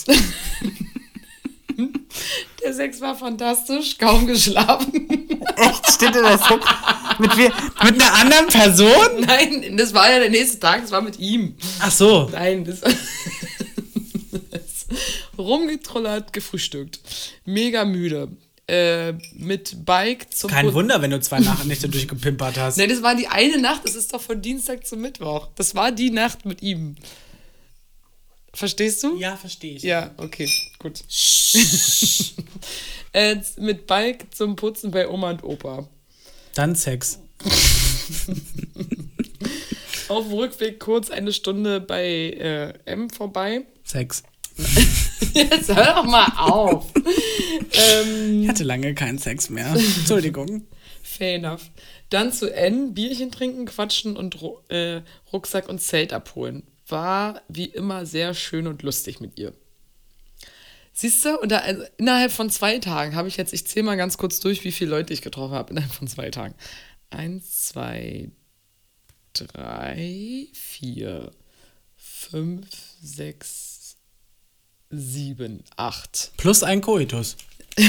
Der Sex war fantastisch, kaum geschlafen. Echt? Steht in der Sex? Mit, wir, mit einer anderen Person? Nein, das war ja der nächste Tag, das war mit ihm. Ach so. Nein, das, das rumgetrullert, gefrühstückt. Mega müde. Äh, mit Bike zum Kein Put- Wunder, wenn du zwei Nächte durchgepimpert hast. Nein, das war die eine Nacht, das ist doch von Dienstag zum Mittwoch. Das war die Nacht mit ihm. Verstehst du? Ja, verstehe ich. Ja, okay, gut. äh, mit Bike zum Putzen bei Oma und Opa. Dann Sex. auf dem Rückweg kurz eine Stunde bei äh, M vorbei. Sex. Jetzt hör doch mal auf. ähm, Ich hatte lange keinen Sex mehr. Entschuldigung. Fair enough. Dann zu N, Bierchen trinken, quatschen und Ru- äh, Rucksack und Zelt abholen. War wie immer sehr schön und lustig mit ihr. Siehst du, und da, also innerhalb von zwei Tagen habe ich jetzt, ich zähle mal ganz kurz durch, wie viele Leute ich getroffen habe innerhalb von zwei Tagen. Eins, zwei, drei, vier, fünf, sechs, sieben, acht. Plus ein Koitus.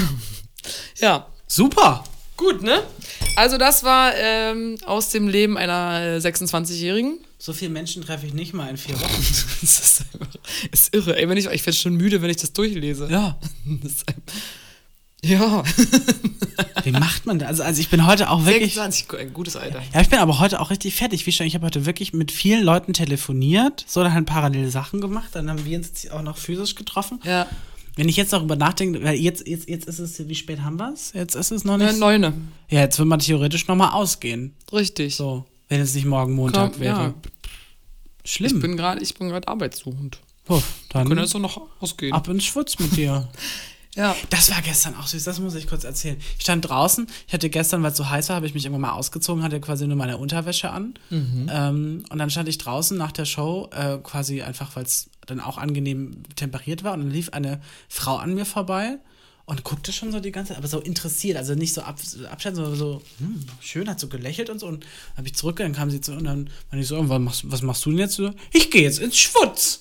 Ja, Super. gut, ne? Also das war ähm, aus dem Leben einer sechsundzwanzigjährigen. So viele Menschen treffe ich nicht mal in vier Wochen. Das ist einfach, ist irre. Ey, wenn ich, ich werde schon müde, wenn ich das durchlese. Ja. Das ist ein, ja. Wie macht man das? Also, also ich bin heute auch wirklich... sechsundzwanzig, ein gutes Alter. Ja, ich bin aber heute auch richtig fertig. Wie schon, ich habe heute wirklich mit vielen Leuten telefoniert, so dann halt parallel Sachen gemacht. Dann haben wir uns jetzt auch noch physisch getroffen. Ja. Wenn ich jetzt darüber nachdenke, weil jetzt, jetzt, jetzt ist es, wie spät haben wir es? Jetzt ist es noch nicht... Äh, Neune. Ja, jetzt will man theoretisch nochmal ausgehen. Richtig. So, wenn es nicht morgen Montag Komm, wäre. ja. Schlimm. Ich bin gerade, ich bin gerade arbeitssuchend. Puh, dann Können jetzt auch noch ausgehen. ab ins Schwutz mit dir. Ja. Das war gestern auch süß, das muss ich kurz erzählen. Ich stand draußen, ich hatte gestern, weil es so heiß war, habe ich mich irgendwann mal ausgezogen, hatte quasi nur meine Unterwäsche an. Mhm. Ähm, und dann stand ich draußen nach der Show, äh, quasi einfach, weil es dann auch angenehm temperiert war. Und dann lief eine Frau an mir vorbei und guckte schon so die ganze Zeit, aber so interessiert, also nicht so ab, abschätzen, sondern so, hm, schön, hat so gelächelt und so. Und dann habe ich zurück, dann kam sie zu und dann meinte ich so, was machst, was machst du denn jetzt? So, ich gehe jetzt ins Schwutz.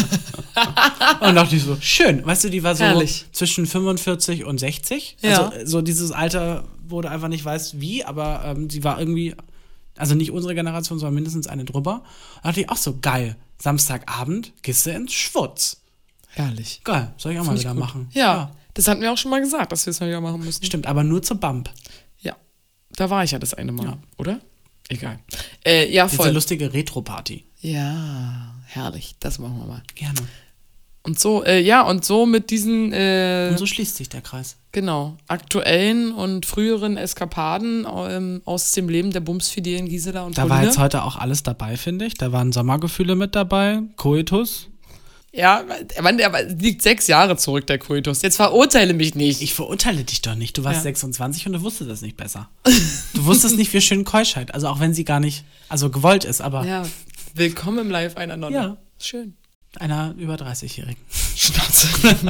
Und dann dachte ich so, schön. Weißt du, die war so Herrlich. zwischen fünfundvierzig und sechzig. Ja. Also so dieses Alter, wo du einfach nicht weißt, wie, aber ähm, sie war irgendwie, also nicht unsere Generation, sondern mindestens eine drüber. Und dachte ich auch so, geil, Samstagabend gehst du ins Schwutz. Herrlich. Geil, soll ich auch mal Find ich wieder gut. machen. Ja, das hatten wir auch schon mal gesagt, dass wir es mal wieder machen müssen. Stimmt, aber nur zur Bump. Ja. Da war ich ja das eine Mal, Ja. oder? Egal. Äh, ja, Diese voll. lustige Retro-Party. Ja, herrlich. Das machen wir mal. Gerne. Und so, äh, ja, und so mit diesen, äh, Und so schließt sich der Kreis. genau, aktuellen und früheren Eskapaden ähm, aus dem Leben der Bumsfidelen Gisela und Da war Pauline. jetzt heute auch alles dabei, finde ich. Da waren Sommergefühle mit dabei, Koitus. Ja, aber der liegt sechs Jahre zurück, der Koitus. Jetzt verurteile mich nicht. Ich verurteile dich doch nicht. Du warst Ja. sechsundzwanzig und du wusstest das nicht besser. Du wusstest nicht, wie schön Keuschheit. Also auch wenn sie gar nicht, also gewollt ist, aber Ja, willkommen im Live einer Nonne. Ja. Schön. einer über dreißigjährigen. Schnauze.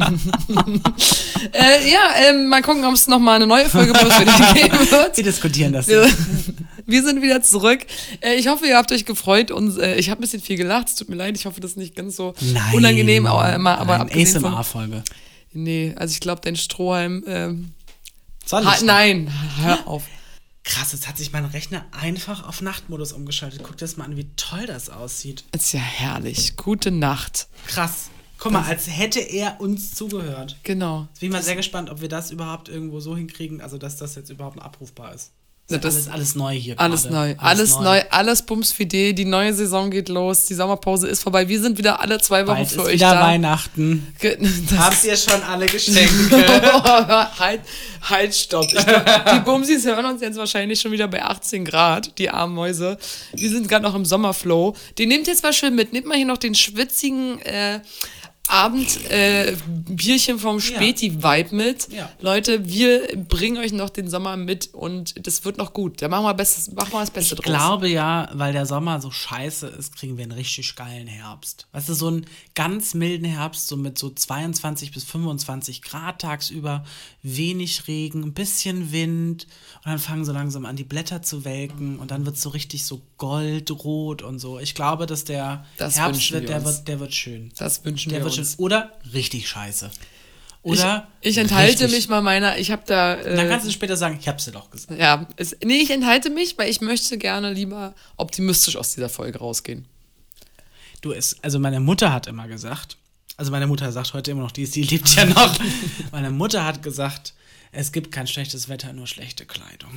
äh, ja, ähm, mal gucken, ob es nochmal eine neue Folge Bumsfidelen geben wird. Wir diskutieren das. Wir, wir sind wieder zurück. Äh, ich hoffe, ihr habt euch gefreut und äh, ich habe ein bisschen viel gelacht. Es tut mir leid, ich hoffe, das ist nicht ganz so Nein. unangenehm. Aber, aber, aber Nein, abgesehen von, A S M R-Folge. Nee, also ich glaube, dein Strohhalm. Ähm, Soll ha, ich? nein, hör auf. Krass, jetzt hat sich mein Rechner einfach auf Nachtmodus umgeschaltet. Guck dir das mal an, wie toll das aussieht. Ist ja herrlich. Gute Nacht. Krass. Guck mal, als hätte er uns zugehört. Genau. Jetzt bin ich mal sehr gespannt, ob wir das überhaupt irgendwo so hinkriegen, also dass das jetzt überhaupt abrufbar ist. Ja, Das das- ist alles, alles neu hier Alles gerade. neu, alles, neu, alles Bumsfidel. Die neue Saison geht los, die Sommerpause ist vorbei. Wir sind wieder alle zwei Wochen Bald für ist euch wieder da. Weihnachten. Ge- das Habt ihr schon alle Geschenke? halt, halt, stopp. Ich glaub, die Bumsis hören uns jetzt wahrscheinlich schon wieder bei achtzehn Grad, die armen Mäuse. Wir sind gerade noch im Sommerflow. Den nehmt jetzt mal schön mit. Nehmt mal hier noch den schwitzigen äh, Abend äh, Bierchen vom Späti-Vibe mit. Ja. Leute, wir bringen euch noch den Sommer mit und das wird noch gut. Da machen wir, Bestes, machen wir das Beste Ich draus. glaube ja, weil der Sommer so scheiße ist, kriegen wir einen richtig geilen Herbst. Weißt du, so einen ganz milden Herbst, so mit so zweiundzwanzig bis fünfundzwanzig Grad tagsüber, wenig Regen, ein bisschen Wind und dann fangen so langsam an, die Blätter zu welken und dann wird es so richtig so goldrot und so. Ich glaube, dass der Das Herbst wünschen wird, wir der uns. wird, der wird schön. Das wünschen Der wir wird schön. uns. Oder richtig scheiße. Oder ich, ich enthalte richtig. mich mal meiner, ich habe da... Äh, Dann kannst du später sagen, ich hab's dir doch gesagt. Ja, es, nee, ich enthalte mich, weil ich möchte gerne lieber optimistisch aus dieser Folge rausgehen. Du, es, also meine Mutter hat immer gesagt, also meine Mutter sagt heute immer noch, die, die lebt ja noch. Meine Mutter hat gesagt, es gibt kein schlechtes Wetter, nur schlechte Kleidung.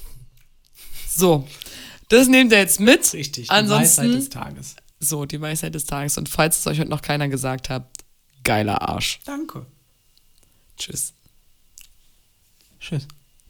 So, das nehmt ihr jetzt mit. Richtig, die Ansonsten, Weisheit des Tages. so, die Weisheit des Tages. Und falls es euch heute noch keiner gesagt hat, geiler Arsch. Danke. Tschüss. Tschüss.